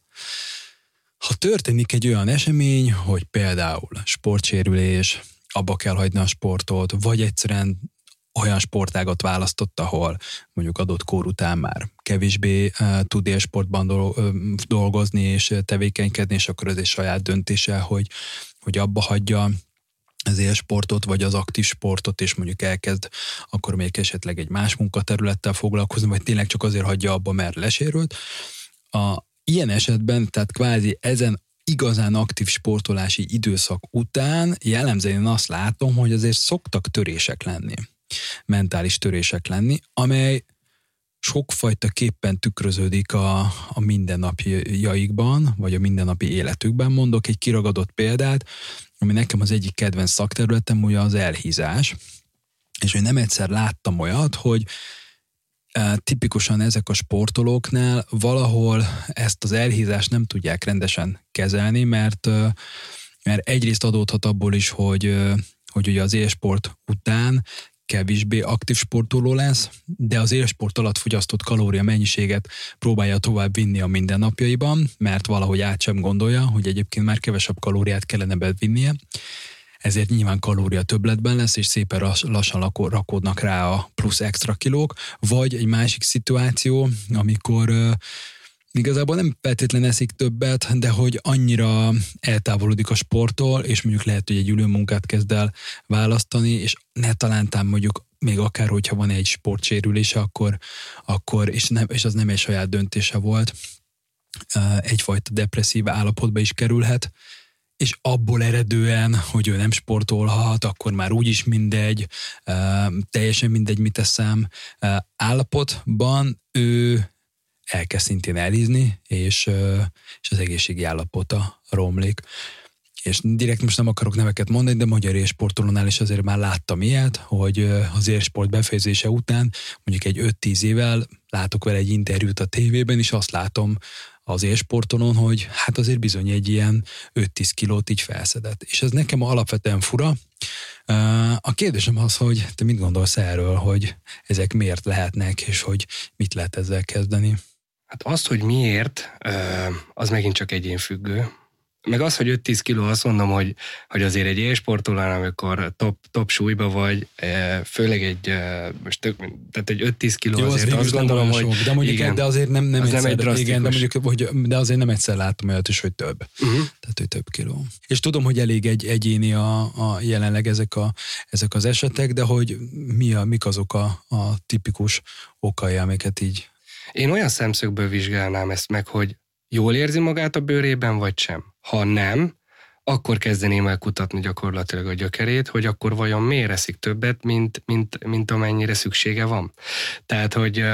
ha történik egy olyan esemény, hogy például sportsérülés, abba kell hagyni a sportot, vagy egyszerűen olyan sportágat választott, ahol mondjuk adott kor után már kevésbé tud élsportban dolgozni és tevékenykedni, és akkor ez egy saját döntése, hogy abba hagyja az élsportot, vagy az aktív sportot, és mondjuk elkezd akkor még esetleg egy más munkaterülettel foglalkozni, vagy tényleg csak azért hagyja abba, mert lesérült. Ilyen esetben, tehát kvázi ezen igazán aktív sportolási időszak után jellemzően azt látom, hogy azért szoktak törések lenni. Mentális törések lenni, amely sokfajta képpen tükröződik a mindennapjaikban, vagy a mindennapi életükben. Mondok egy kiragadott példát, ami nekem az egyik kedvenc szakterületem, ugye az elhízás, és hogy nem egyszer láttam olyat, hogy tipikusan ezek a sportolóknál valahol ezt az elhízást nem tudják rendesen kezelni, mert egyrészt adódhat abból is, hogy ugye az élsport után kevésbé aktív sportoló lesz, de az élsport alatt fogyasztott kalória mennyiséget próbálja tovább vinni a mindennapjaiban, mert valahogy át sem gondolja, hogy egyébként már kevesebb kalóriát kellene bevinnie, ezért nyilván kalória többletben lesz, és szépen lassan rakódnak rá a plusz extra kilók, vagy egy másik szituáció, amikor igazából nem feltétlenül eszik többet, de hogy annyira eltávolodik a sporttól, és mondjuk lehet, hogy egy ülőmunkát kezd el választani, és ne talántán mondjuk még akár, hogyha van egy sportsérülése, akkor és az nem egy saját döntése volt, egyfajta depresszív állapotba is kerülhet, és abból eredően, hogy ő nem sportolhat, akkor már úgyis mindegy, teljesen mindegy, mit teszem, állapotban ő elkezd szintén elhízni, és az egészségi állapota romlik. És direkt most nem akarok neveket mondani, de magyar élsportolónál is azért már láttam ilyet, hogy az élsport befejezése után mondjuk egy 5-10 évvel látok vele egy interjút a tévében, és azt látom az élsportolón, hogy hát azért bizony egy ilyen 5-10 kilót így felszedett. És ez nekem alapvetően fura. A kérdésem az, hogy te mit gondolsz erről, hogy ezek miért lehetnek, és hogy mit lehet ezzel kezdeni? Hát azt, hogy miért, az megint csak egyénfüggő. Meg az, hogy 5-10 kiló, azt mondom, hogy azért egy élsportolónál, amikor top súlyba vagy, főleg most tehát egy 5-10 kiló, jó, azért azt gondolom, hogy sok, de mondjuk igen, de azért nem egyszer, nem egy drasztikus. igen, de mondjuk, de azért nem egyszer láttam olyat is, hogy több. Tehát, hogy több kiló. És tudom, hogy elég egyéni a jelenleg ezek az esetek, de hogy mik azok a tipikus okai, amiket így... Én olyan szemszögből vizsgálnám ezt meg, hogy jól érzi magát a bőrében, vagy sem. Ha nem, akkor kezdeném el kutatni gyakorlatilag a gyökerét, hogy akkor vajon miért eszik többet, mint amennyire szüksége van. Tehát, hogy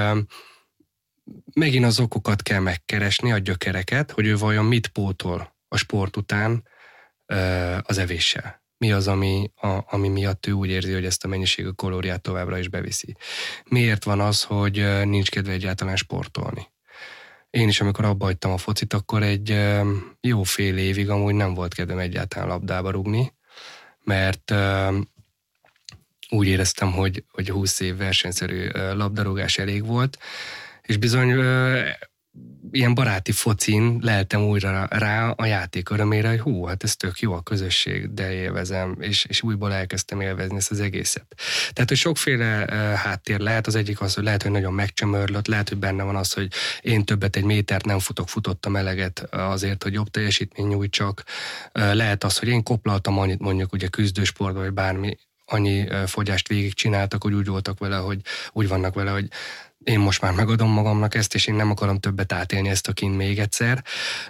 megint az okokat kell megkeresni, a gyökereket, hogy ő vajon mit pótol a sport után az evéssel. Mi az, ami miatt ő úgy érzi, hogy ezt a mennyiségű kalóriát továbbra is beviszi. Miért van az, hogy nincs kedve egyáltalán sportolni? Én is, amikor abba hagytam a focit, akkor egy jó fél évig amúgy nem volt kedvem egyáltalán labdába rugni, mert úgy éreztem, hogy 20 év versenyszerű labdarúgás elég volt, és bizony ilyen baráti focin leltem újra rá a játék örömére, hogy hú, hát ez tök jó a közösség, de élvezem, és újból elkezdtem élvezni ezt az egészet. Tehát, hogy sokféle háttér lehet, az egyik az, hogy lehet, hogy nagyon megcsömörlött, lehet, hogy benne van az, hogy én többet egy métert nem futottam eleget azért, hogy jobb teljesítmény nyújtsak. Lehet az, hogy én koplaltam annyit mondjuk ugye küzdősportban, vagy bármi, annyi fogyást végigcsináltak, hogy úgy voltak vele, hogy úgy vannak vele, hogy én most már megadom magamnak ezt, és én nem akarom többet átélni ezt a kint még egyszer.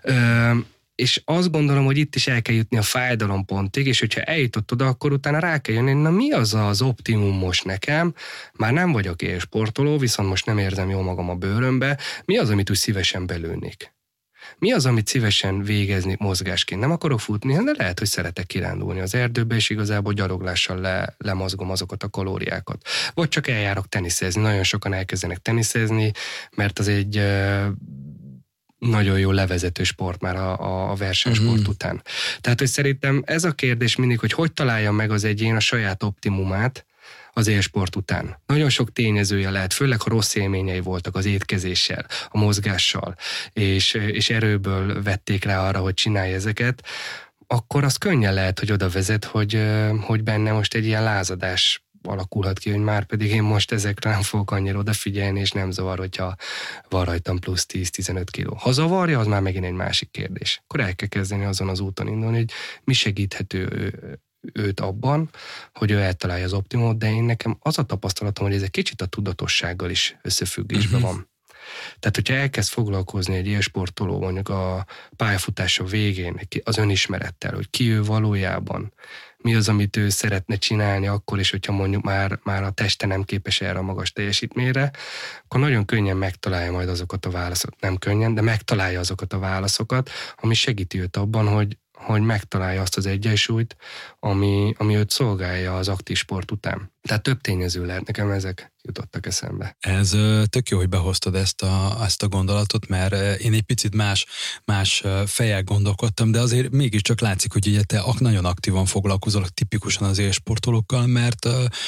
És azt gondolom, hogy itt is el kell jutni a fájdalompontig, és hogyha eljutott oda, akkor utána rá kell jönni, na mi az optimum most nekem? Már nem vagyok élsportoló, viszont most nem érzem jól magam a bőrömbe. Mi az, amit úgy szívesen belőnék? Mi az, amit szívesen végezni mozgásként? Nem akarok futni, de lehet, hogy szeretek kirándulni az erdőbe, és igazából gyaloglással lemozgom azokat a kalóriákat. Vagy csak eljárok teniszezni. Nagyon sokan elkezdenek teniszezni, mert az egy nagyon jó levezető sport már a versenysport után. Tehát, hogy szerintem ez a kérdés mindig, hogy találja meg az egyén a saját optimumát az élsport után. Nagyon sok tényezője lehet, főleg ha rossz élményei voltak az étkezéssel, a mozgással, és erőből vették rá arra, hogy csinálja ezeket, akkor az könnyen lehet, hogy oda vezet, hogy benne most egy ilyen lázadás alakulhat ki, hogy már pedig én most ezekre nem fogok annyira odafigyelni, és nem zavar, hogyha van rajtam plusz 10-15 kiló. Ha zavarja, az már megint egy másik kérdés. Akkor el kell kezdeni azon az úton indulni, hogy mi segíthető őt abban, hogy ő eltalálja az optimumot, de én nekem az a tapasztalatom, hogy ez egy kicsit a tudatossággal is összefüggésben van. Tehát, hogyha elkezd foglalkozni egy ilyen sportoló, mondjuk a pályafutása végén, az önismerettel, hogy ki ő valójában, mi az, amit ő szeretne csinálni akkor is, hogyha mondjuk már a teste nem képes erre a magas teljesítményre, akkor nagyon könnyen megtalálja majd azokat a válaszokat. Nem könnyen, de megtalálja azokat a válaszokat, ami segíti őt abban, hogy megtalálja azt az egyensúlyt, ami őt szolgálja az aktív sport után. Tehát több tényező lehet, nekem ezek jutottak eszembe. Ez tök jó, hogy behoztad ezt a gondolatot, mert én egy picit más fejjel gondolkodtam, de azért mégiscsak látszik, hogy ugye te nagyon aktívan foglalkozol tipikusan az élsportolókkal, mert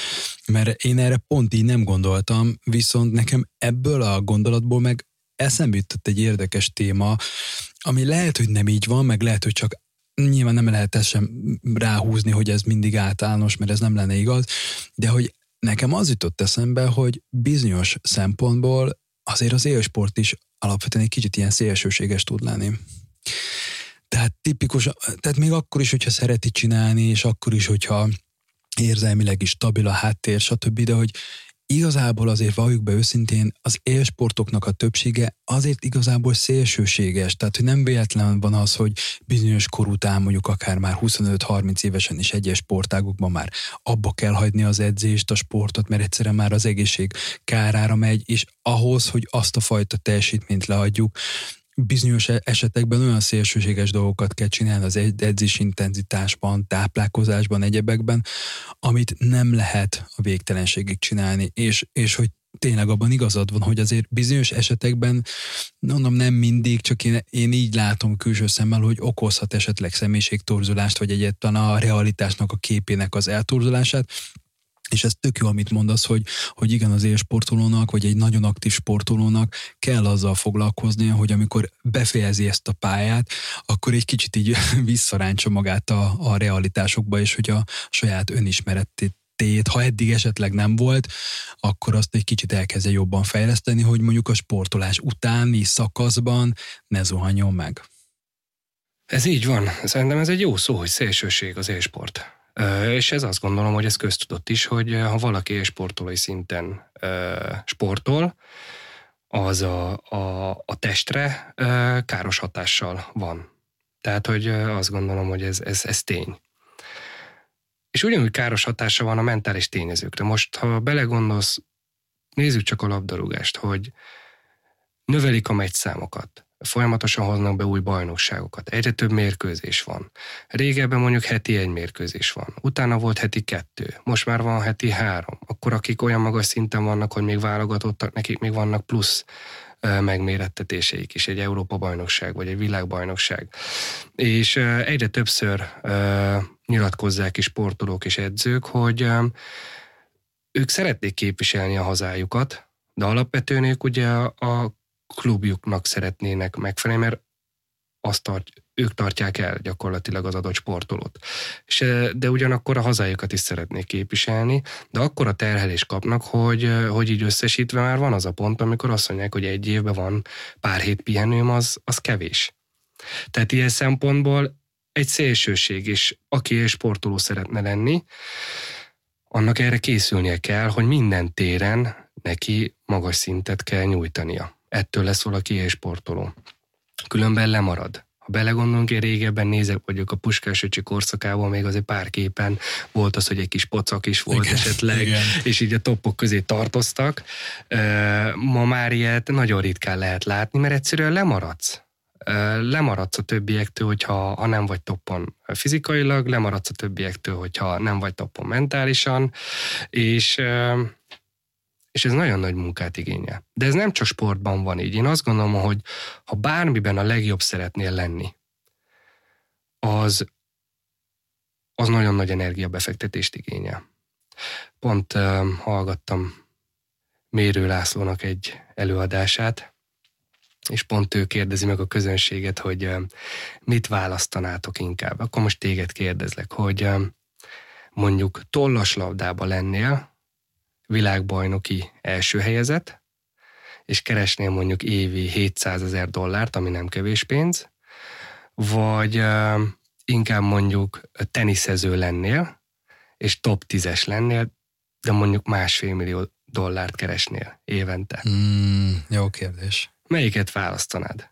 én erre pont így nem gondoltam, viszont nekem ebből a gondolatból meg eszembe jutott egy érdekes téma, ami lehet, hogy nem így van, meg lehet, hogy csak nyilván nem lehet ezt sem ráhúzni, hogy ez mindig általános, mert ez nem lenne igaz, de hogy nekem az jutott eszembe, hogy bizonyos szempontból azért az élsport is alapvetően egy kicsit ilyen szélsőséges tud lenni. Tehát tipikus, tehát még akkor is, hogyha szereti csinálni, és akkor is, hogyha érzelmileg is stabil a háttér, stb., de hogy igazából azért valljuk be őszintén, az élsportoknak a többsége azért igazából szélsőséges, tehát hogy nem véletlen van az, hogy bizonyos kor után mondjuk akár már 25-30 évesen is egyes sportágokban már abba kell hagyni az edzést, a sportot, mert egyszerűen már az egészség kárára megy, és ahhoz, hogy azt a fajta teljesítményt leadjuk, bizonyos esetekben olyan szélsőséges dolgokat kell csinálni az edzés intenzitásban, táplálkozásban, egyebekben, amit nem lehet a végtelenségig csinálni, és hogy tényleg abban igazad van, hogy azért bizonyos esetekben, mondom, nem mindig, csak én így látom külső szemmel, hogy okozhat esetleg személyiségtorzulást, vagy egyáltalán a realitásnak a képének az eltorzulását, És ez tök jó, amit mondasz, hogy igen, az élsportolónak, vagy egy nagyon aktív sportolónak kell azzal foglalkoznia, hogy amikor befejezi ezt a pályát, akkor egy kicsit így visszarántsa magát a realitásokba, és hogy a saját önismeretét, ha eddig esetleg nem volt, akkor azt egy kicsit elkezdje jobban fejleszteni, hogy mondjuk a sportolás utáni szakaszban ne zuhanjon meg. Ez így van. Szerintem ez egy jó szó, hogy szélsőség az élsport. És ez azt gondolom, hogy ez köztudott is, hogy ha valaki élsportolói szinten sportol, az a testre káros hatással van. Tehát, hogy azt gondolom, hogy ez tény. És ugyanúgy káros hatása van a mentális tényezőkre. Most, ha belegondolsz, nézzük csak a labdarúgást, hogy növelik a meccsszámokat, folyamatosan hoznak be új bajnokságokat, egyre több mérkőzés van. Régebben mondjuk heti 1 mérkőzés van, utána volt heti 2, most már van heti 3. Akkor akik olyan magas szinten vannak, hogy még válogatottak, nekik még vannak plusz megmérettetéseik is, egy Európa-bajnokság vagy egy világbajnokság. És egyre többször nyilatkozzák is sportolók és edzők, hogy ők szeretnék képviselni a hazájukat, de alapvetően ők ugye a klubjuknak szeretnének megfelelni, mert ők tartják el gyakorlatilag az adott sportolót. De ugyanakkor a hazájukat is szeretnék képviselni, de akkor a terhelést kapnak, hogy így összesítve már van az a pont, amikor azt mondják, hogy egy évben van pár hét pihenőm, az kevés. Tehát ilyen szempontból egy szélsőség, és aki sportoló szeretne lenni, annak erre készülnie kell, hogy minden téren neki magas szintet kell nyújtania. Ettől lesz valaki sportoló. Különben lemarad. Ha belegondolunk, én régebben nézek vagyok a Puskás öcsi korszakában, még azért pár képen volt az, hogy egy kis pocak is volt igen, esetleg, igen. És így a toppok közé tartoztak. Ma már ilyet nagyon ritkán lehet látni, mert egyszerűen lemaradsz. Lemaradsz a többiektől, hogyha nem vagy toppon fizikailag, lemaradsz a többiektől, hogyha nem vagy toppon mentálisan, és ez nagyon nagy munkát igényel. De ez nem csak sportban van így. Én azt gondolom, hogy ha bármiben a legjobb szeretnél lenni, az nagyon nagy energiabefektetést igényel. Pont hallgattam Mérő Lászlónak egy előadását, és pont ő kérdezi meg a közönséget, hogy mit választanátok inkább. Akkor most téged kérdezlek, hogy mondjuk tollaslabdába lennél, világbajnoki első helyezett, és keresnél mondjuk évi $700,000, ami nem kevés pénz, vagy inkább mondjuk teniszező lennél, és top 10-es lennél, de mondjuk $1,5 millió keresnél évente. Jó kérdés. Melyiket választanád?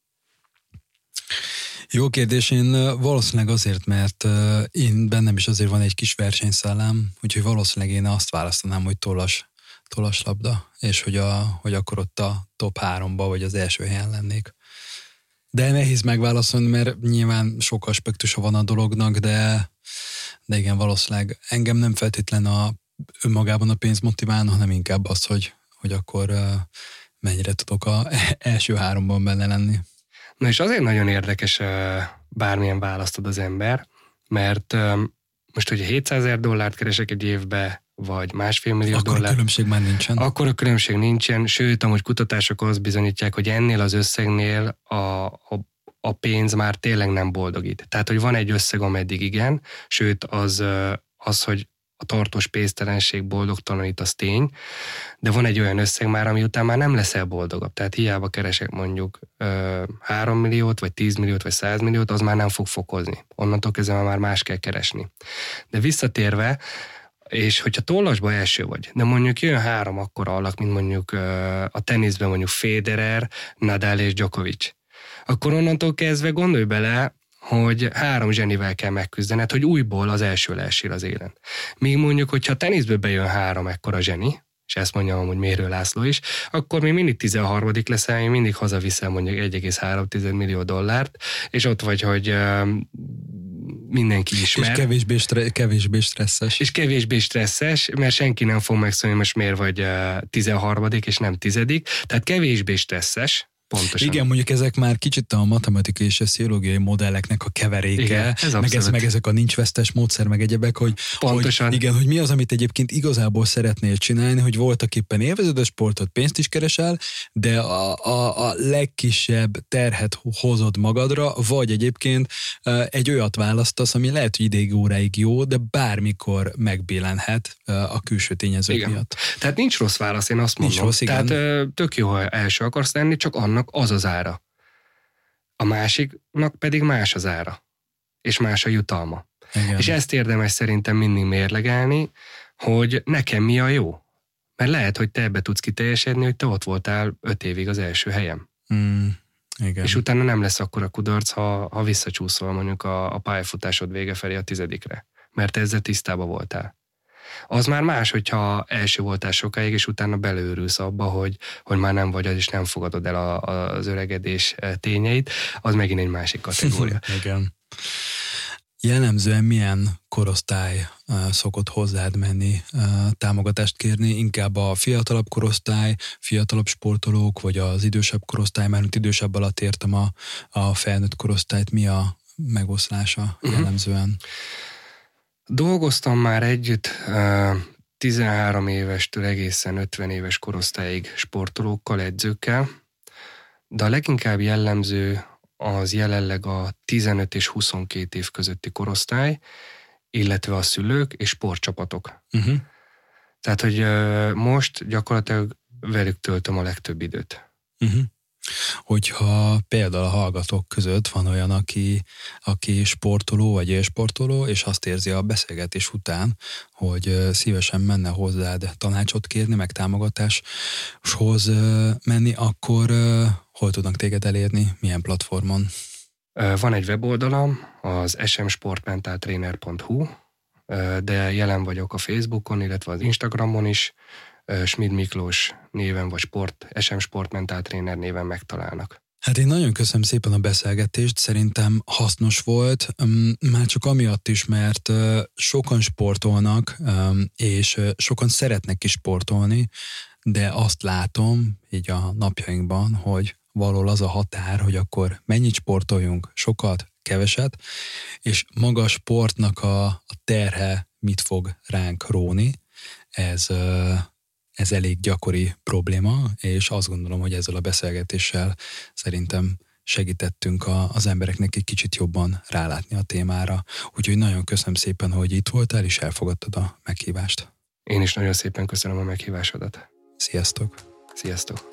Jó kérdés, én valószínűleg azért, mert én bennem is azért van egy kis versenyszellem, úgyhogy valószínűleg én azt választanám, hogy tollaslabda, és hogy akkor ott a top 3-ba vagy az első helyen lennék. De nehéz megválaszolni, mert nyilván sok aspektusa van a dolognak, de igen, valószínűleg engem nem feltétlen önmagában a pénz motiválna, hanem inkább az, hogy akkor mennyire tudok az első 3-ban benne lenni. Na és azért nagyon érdekes bármilyen választod az ember, mert most, hogyha $700,000 keresek egy évbe, vagy $1,5 millió, akkor a különbség már nincsen. Akkor a különbség nincsen, sőt, amúgy kutatások azt bizonyítják, hogy ennél az összegnél a pénz már tényleg nem boldogít. Tehát, hogy van egy összeg, ameddig igen, sőt, az, hogy a tartós pénztelenség boldogtalanít, az tény, de van egy olyan összeg már, ami után már nem leszel boldogabb. Tehát hiába keresek mondjuk 3 milliót, vagy 10 milliót, vagy 100 milliót, az már nem fog fokozni. Onnantól kezdve már más kell keresni. De visszatérve, és hogyha tollasba első vagy, de mondjuk jön 3 akkora alak, mint mondjuk a teniszben mondjuk Federer, Nadal és Djokovic, akkor onnantól kezdve gondolj bele, hogy 3 zsenivel kell megküzdened, hogy újból az első leessél az élen. Míg mondjuk, hogyha teniszből bejön 3 ekkora zseni, és ezt mondja amúgy Mérő László is, akkor még mindig 13. leszel, még mindig hazaviszel mondjuk $1,3 millió, és ott vagy, hogy mindenki ismer. És kevésbé stresszes. És kevésbé stresszes, mert senki nem fog megszólni, most miért vagy 13. és nem 10. Tehát kevésbé stresszes, Pontosan. Igen, mondjuk ezek már kicsit a matematikai és a pszichológiai modelleknek a keveréke, igen, meg ezek a nincs vesztes módszer, meg egyebek, hogy mi az, amit egyébként igazából szeretnél csinálni, hogy voltak éppen élvezed a sportot, pénzt is keresel, de a legkisebb terhet hozod magadra, vagy egyébként egy olyat választasz, ami lehet, hogy ideig óráig jó, de bármikor megbillenhet a külső tényezők miatt. Tehát nincs rossz válasz, én azt mondom. Nincs rossz, igen. Tehát tök jó, ha első akarsz lenni, csak annak az az ára. A másiknak pedig más az ára. És más a jutalma. Igen. És ezt érdemes szerintem mindig mérlegelni, hogy nekem mi a jó. Mert lehet, hogy te ebbe tudsz kiteljesedni, hogy te ott voltál 5 évig az első helyen. Igen. És utána nem lesz akkora kudarc, ha visszacsúszol mondjuk a pályafutásod vége felé a 10-re. Mert ezzel tisztában voltál. Az már más, hogyha első voltál sokáig, és utána beleőrülsz abba, hogy már nem vagy az, és nem fogadod el az öregedés tényeit, az megint egy másik kategória. Igen. Jellemzően milyen korosztály szokott hozzád menni, támogatást kérni? Inkább a fiatalabb korosztály, fiatalabb sportolók, vagy az idősebb korosztály, mert idősebb alatt értem a felnőtt korosztályt. Mi a megoszlása jellemzően? Dolgoztam már együtt 13 évestől egészen 50 éves korosztályig sportolókkal, edzőkkel, de a leginkább jellemző az jelenleg a 15 és 22 év közötti korosztály, illetve a szülők és sportcsapatok. Tehát, hogy most gyakorlatilag velük töltöm a legtöbb időt. Hogyha például a hallgatók között van olyan, aki sportoló vagy élsportoló, és azt érzi a beszélgetés után, hogy szívesen menne hozzád tanácsot kérni, meg támogatáshoz menni, akkor hol tudnak téged elérni, milyen platformon? Van egy weboldalam, az smsportmentaltrainer.hu, de jelen vagyok a Facebookon, illetve az Instagramon is, Schmid Miklós néven, vagy SM Sport Mental Trainer néven megtalálnak. Hát én nagyon köszönöm szépen a beszélgetést, szerintem hasznos volt, már csak amiatt is, mert sokan sportolnak, és sokan szeretnek is sportolni, de azt látom így a napjainkban, hogy valahol az a határ, hogy akkor mennyit sportoljunk, sokat, keveset, és maga a sportnak a terhe mit fog ránk róni, ez elég gyakori probléma, és azt gondolom, hogy ezzel a beszélgetéssel szerintem segítettünk az embereknek egy kicsit jobban rálátni a témára. Úgyhogy nagyon köszönöm szépen, hogy itt voltál, és elfogadtad a meghívást. Én is nagyon szépen köszönöm a meghívásodat. Sziasztok! Sziasztok!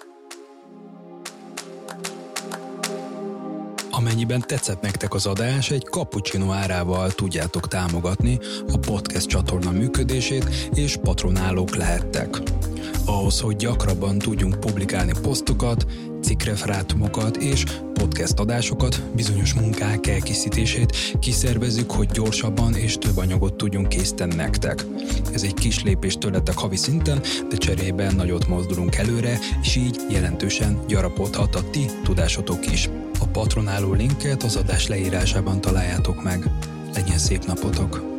Amennyiben tetszett nektek az adás, egy cappuccino árával tudjátok támogatni a podcast csatorna működését, és patronálók lehettek. Ahhoz, hogy gyakrabban tudjunk publikálni posztokat, cikkreferátumokat és podcast adásokat, bizonyos munkák elkészítését kiszervezzük, hogy gyorsabban és több anyagot tudjunk készíteni nektek. Ez egy kis lépés tőletek havi szinten, de cserében nagyot mozdulunk előre, és így jelentősen gyarapodhat a ti tudásotok is. A patronáló linket az adás leírásában találjátok meg. Legyen szép napotok!